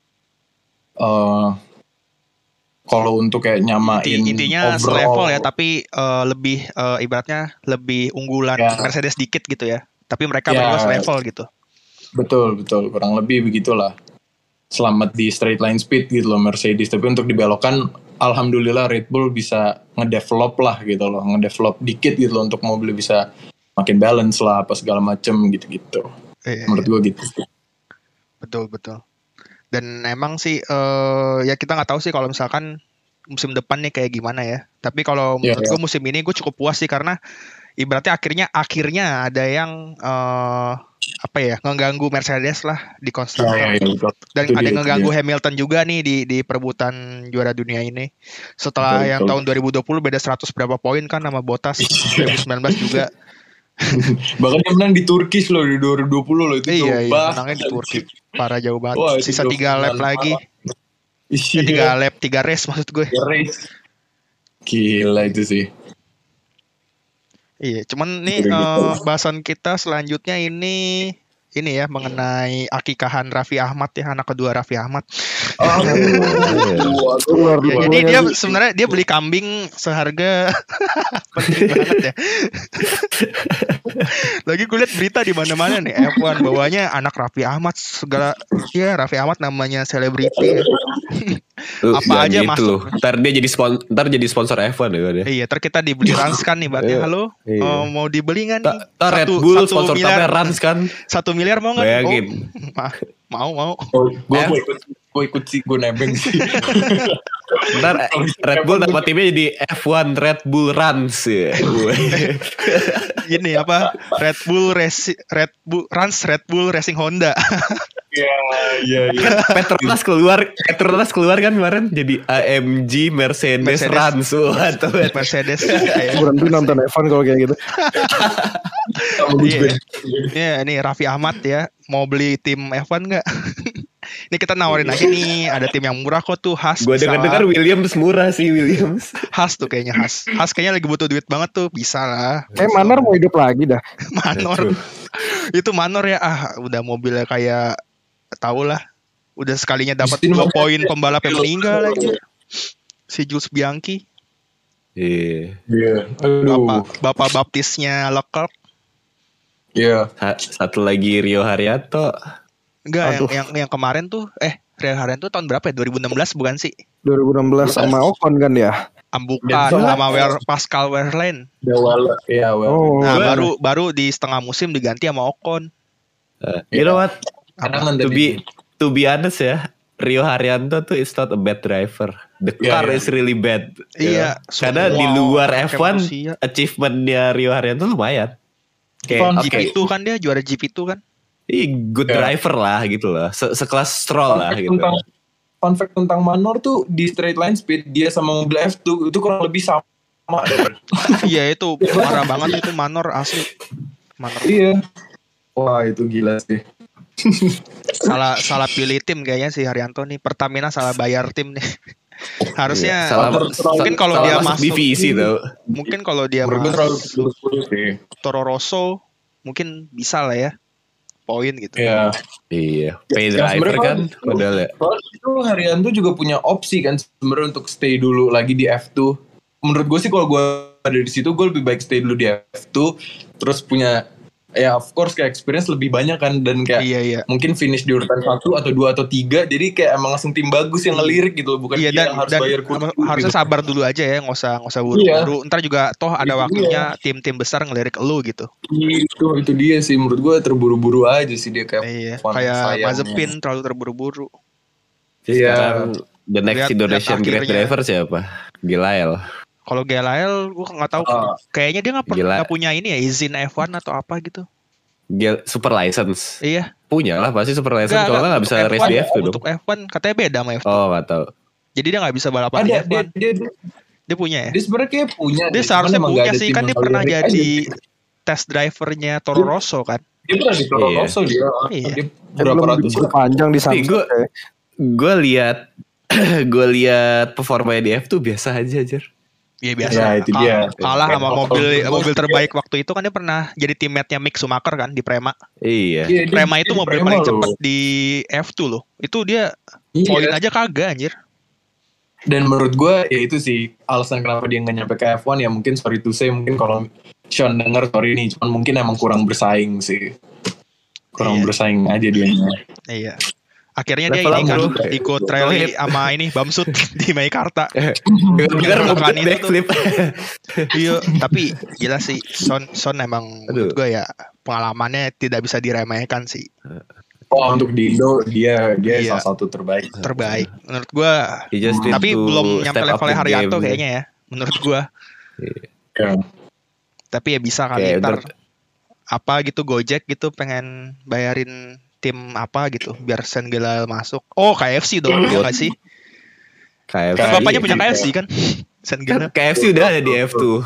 uh, kalau untuk kayak nyamain Inti, intinya overall, selevel ya, tapi uh, lebih uh, ibaratnya lebih unggulan ya. Mercedes dikit gitu ya. Tapi mereka ya, berdua selevel gitu. Betul betul, kurang lebih begitulah. Selamat di straight line speed gitu loh Mercedes, tapi untuk dibelokkan alhamdulillah Red Bull bisa ngedevelop lah gitu loh, ngedevelop dikit gitu loh untuk mobil bisa makin balance lah apa segala macem gitu-gitu. Eh, menurut gue gitu. Betul betul. Dan emang sih uh, ya kita nggak tahu sih kalau misalkan musim depan nih kayak gimana ya. Tapi kalau menurut yeah, gue musim ini gue cukup puas sih, karena ibaratnya akhirnya akhirnya ada yang uh, apa ya ngeganggu Mercedes lah di konstruktor. Ya, ya, ya, dan itu ada yang ngeganggu dia. Hamilton juga nih di di perebutan juara dunia ini. Setelah betul, yang betul. Tahun dua ribu dua puluh beda seratus berapa poin kan sama Bottas. dua ribu sembilan belas juga. Bahkan dia menang di Turkish loh di dua ribu dua puluh loh, itu iya, iya, menangnya di Turki. Parah jauh banget. Wah, sisa tiga lap lagi. Iya. tiga lap, tiga race maksud gue. Race. Gila itu sih. Iya, cuman nih uh, bahasan kita selanjutnya ini ini ya mengenai akikahan Raffi Ahmad ya, anak kedua Raffi Ahmad. Oh, ya, jadi dia sebenarnya dia beli kambing seharga penting banget ya. Lagi gue lihat berita di mana-mana nih, F satu bawahnya anak Raffi Ahmad segala, ya Raffi Ahmad namanya selebriti ya. Uh, apa aja gitu masuk. Ntar dia jadi sponsor, ntar jadi sponsor F satu ya. Iya, ntar kita dibeli Rans kan nih, Batnya. Halo, iya. oh, mau dibeli nggak nih? Ntar Red Bull sponsor tapnya Rans kan. Satu miliar mau nggak? Bayangin. Oh, mau mau. Oh, gue mau ikut, gue ikut sih, gue nebeng sih. Ntar Red Bull dapat timnya jadi F satu Red Bull Rans ya. Ini apa? Red Bull Racing, Red Bull Rans, Red Bull Racing Honda. Iya, iya, iya. Petronas keluar, Petronas keluar kan kemarin jadi A M G, Mercedes, Mercedes. Rans, waduh. Mercedes kayak Berhenti nonton F satu kalau kayak gitu. iya. Iya, ini Raffi Ahmad ya, mau beli tim F satu nggak? Ini kita nawarin aja nih, ada tim yang murah kok tuh, Haas. Gue bisa dengar-dengar lah. Williams murah sih Williams. Haas tuh kayaknya Haas. Haas kayaknya lagi butuh duit banget tuh, bisa lah. Kayak Manor mau hidup lagi dah. Manor. Itu Manor ya, ah udah mobilnya kayak tau lah. Udah sekalinya dapat Justin dua Martin poin ya. pembalap yang meninggal aja. Si Jules Bianchi, Iya. Iya. Aduh. bapak bapak baptisnya Leclerc. Iya. Sa- Satu lagi Rio Haryanto. Enggak, yang, Aduh. yang yang kemarin tuh eh Rio Haryanto tahun berapa ya? dua ribu enam belas bukan sih? dua ribu enam belas sama Ocon kan ya. Ambukan Denso. sama Wer, Pascal Wehrlein. Dewala. Iya, well. Oh. Nah, Gua- baru baru di setengah musim diganti sama Ocon. Uh, you know what? Karangan To tadi. be to be honest ya, Rio Haryanto tuh is not a bad driver. The Iya, car iya. is really bad. Iya, Karena semua di luar pakai F satu manusia. achievementnya Rio Haryanto lumayan. Kayak Fun oke, G P dua kan dia juara G P dua kan? ih, good Ya. driver lah gitu loh. Se- Sekelas Stroll Fun lah fact gitu. tentang fun fact tentang Manor tuh di straight line speed dia sama mobil F dua itu kurang lebih sama. Iya itu parah banget itu Manor asli. Manor Iya. Wah itu gila sih. salah salah pilih tim kayaknya si Haryanto nih. Pertamina salah bayar tim nih. Harusnya Iya, salah- mungkin kalau salah dia masuk masuk divisi tuh. mungkin kalau dia Menurut gue terlalu masuk buru-buru sih. Toro Rosso mungkin bisa lah ya poin gitu. Iya. Iya, pay Ya, driver sebenarnya kan kalau- udah lah. Soalnya itu Haryanto juga punya opsi kan sebenarnya untuk stay dulu lagi di F dua. Menurut gue sih kalau gue ada di situ gue lebih baik stay dulu di F dua terus punya ya of course kayak experience lebih banyak kan dan kayak Iya iya. mungkin finish di urutan satu atau dua atau tiga jadi kayak emang langsung tim bagus yang ngelirik gitu loh bukan Iya dia dan yang harus dan bayar kutu harusnya gitu. sabar dulu aja ya, nggak usah nggak usah buru-buru. Ntar juga toh ada Itu waktunya tim-tim besar ngelirik elu gitu. Itu itu dia sih menurut gue terburu-buru aja sih dia kayak Iya, fun kayak sayangnya. Mazepin terlalu terburu-buru. Iya. Sekarang the next Lihat- Indonesian lihat great akhirnya. driver siapa? Gilael. Kalau Gelael, gue nggak tahu. Ah. Kayaknya dia nggak per- Gila. nggak punya ini ya izin F satu atau apa gitu. Gil super license. Iya. Punya lah pasti super license. Nggak, Kalau nggak, nggak bisa untuk race di F F satu, tuh dong. Untuk F satu katanya beda sama F dua. Oh nggak tahu. Jadi dia nggak bisa balapan di Ada F dia satu. dia Dia punya ya. dia sebenarnya kayak punya Dia deh, seharusnya cuman emang nggak punya ada sih tim kan yang dia pernah ngelirik aja. jadi test drivernya Toro Rosso kan. Dia pernah di Toro Iya. Rosso dia. Iya. Dia Kan berapa belum ratus libur panjang di Tapi Samsung. gue kayak. gue lihat gue lihat performanya di F tuh biasa aja aja. Iya biasa. Ya, itu Kal- dia. Kalah sama Kalau- mobil kalau- mobil terbaik waktu itu kan dia pernah jadi teammate-nya Mick Schumacher kan di Prema. Iya. Iya, dia- Prema itu dia mobil Prema paling loh. cepat di F dua loh. Itu dia Iya. poin aja kagak anjir. Dan menurut gue ya itu sih alasan kenapa dia nggak nyampe ke F satu ya mungkin sorry to say mungkin kalau Sean denger sorry nih cuman mungkin emang kurang bersaing sih. Kurang Iya. bersaing aja dia. Iya. Akhirnya dia Level ini up, kan bro. ikut Go rally ahead. sama ini Bamsud di Meikarta. Dengar mau Bukan itu tuh. backflip. Iya, tapi gila sih Son Son emang Aduh. menurut gue ya pengalamannya tidak bisa diremehkan sih. Oh untuk di Indo dia dia Iya. salah satu terbaik. Terbaik menurut gue. He just need Tapi to belum nyampe step up levelnya the Haryanto game. kayaknya ya menurut gue. Ya. Tapi ya bisa kali Kayak ntar udah- apa gitu Gojek gitu pengen bayarin tim apa gitu biar Sen Gelael masuk. Oh K F C dong ya nggak sih? K F C. Kan bapaknya punya K F iya. C kan? Sen Kan Gelael. K F C udah ada di F tuh.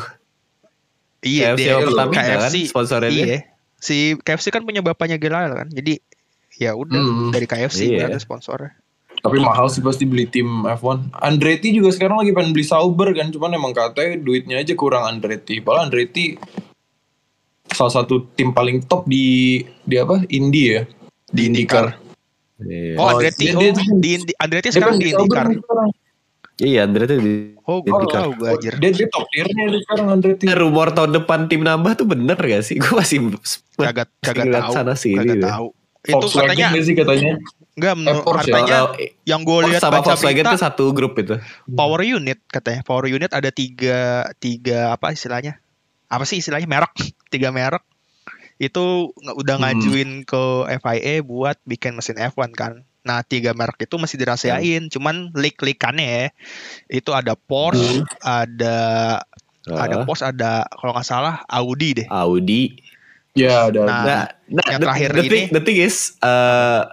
Iya K F C dia sama Pertamina K F C kan sponsornya dia. Iya. Si K F C kan punya bapaknya Gelael kan. Jadi ya udah Hmm. dari K F C Iya. berarti sponsornya. Tapi mahal sih pasti beli tim F satu. Andretti juga sekarang lagi pengen beli Sauber kan, cuman emang katanya duitnya aja kurang Andretti. Padahal Andretti salah satu tim paling top di di apa? Indy ya, di IndyCar. Iya. Oh, Oh, Andretti, dia- oh, dia- di Indi- Andretti Dia sekarang kan di Sauber IndyCar. nih sekarang. Iya, Andre tuh di Oh, gue IndyCar. tahu gue anjir. Dia dia top tiernya dia sekarang Andretti. Eh, rumor tahun depan tim nambah tuh bener gak sih? Gue masih Kagak kagak ngeliat tahu. sana sini Kagak deh. tahu. Itu Volkswagen katanya nggak sih katanya. enggak menurut Eh, Porsche. katanya Kalau yang gue Porsche lihat sama baca Volkswagen berita tuh satu grup itu. power unit katanya. Power unit ada tiga tiga apa istilahnya? Apa sih istilahnya merek? Tiga merek. Itu nge- udah Hmm. ngajuin ke F I A buat bikin mesin F satu kan. Nah, tiga merek itu masih dirahasiain, cuman leak-leakannya ya. Itu ada Porsche, ada ada Ah, Porsche, ada kalau nggak salah Audi deh. Audi. Ya ada. Nah, Nah, nah yang the, terakhir the thing, ini- the thing is, uh,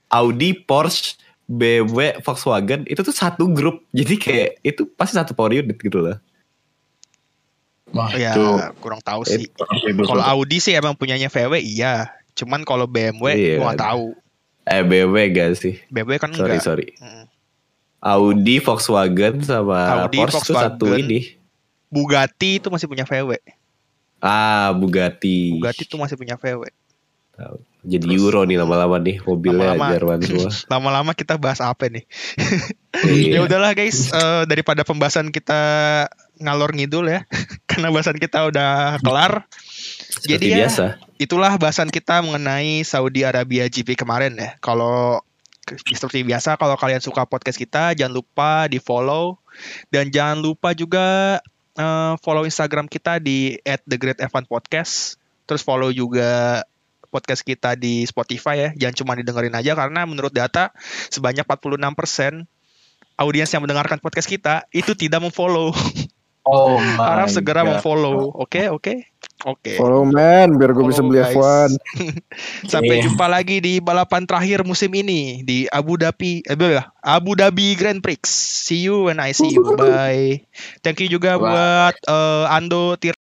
Audi, Porsche, B M W, Volkswagen itu tuh satu grup. Jadi kayak itu pasti satu power unit gitu loh. Wah, Ya itu kurang tahu sih. itu Kalau Audi sih emang punyanya V W iya. Cuman kalau B M W Iya. gua nggak tahu. Eh B M W gak sih? B M W kan Sorry enggak. sorry. Mm. Audi, Volkswagen sama Audi, Porsche itu satu Volkswagen. ini. Bugatti itu masih punya V W. Ah Bugatti. Bugatti itu masih punya V W. Jadi Terus- Euro nih lama-lama nih mobilnya Lama-lama. Jerman semua. Lama-lama kita bahas apa nih? Iya. Ya udahlah guys, eh, daripada pembahasan kita ngalor ngidul ya, karena bahasan kita udah kelar. Seperti Jadi ya, biasa. itulah bahasan kita mengenai Saudi Arabia G P kemarin ya. Kalau seperti biasa, kalau kalian suka podcast kita, jangan lupa di follow dan jangan lupa juga eh, follow Instagram kita di at the great evan podcast. Terus follow juga podcast kita di Spotify ya. Jangan cuma didengerin aja karena menurut data sebanyak empat puluh enam persen audiens yang mendengarkan podcast kita itu tidak memfollow. Oh my Harap segera God. memfollow. Oke, oke. Oke. Follow man biar gue bisa Follow, beli guys. F one. Sampai Iya. jumpa lagi di balapan terakhir musim ini di Abu Dhabi eh, blah, Abu Dhabi Grand Prix. See you when I see you. Bye. Thank you juga Bye. buat eh, Ando Tir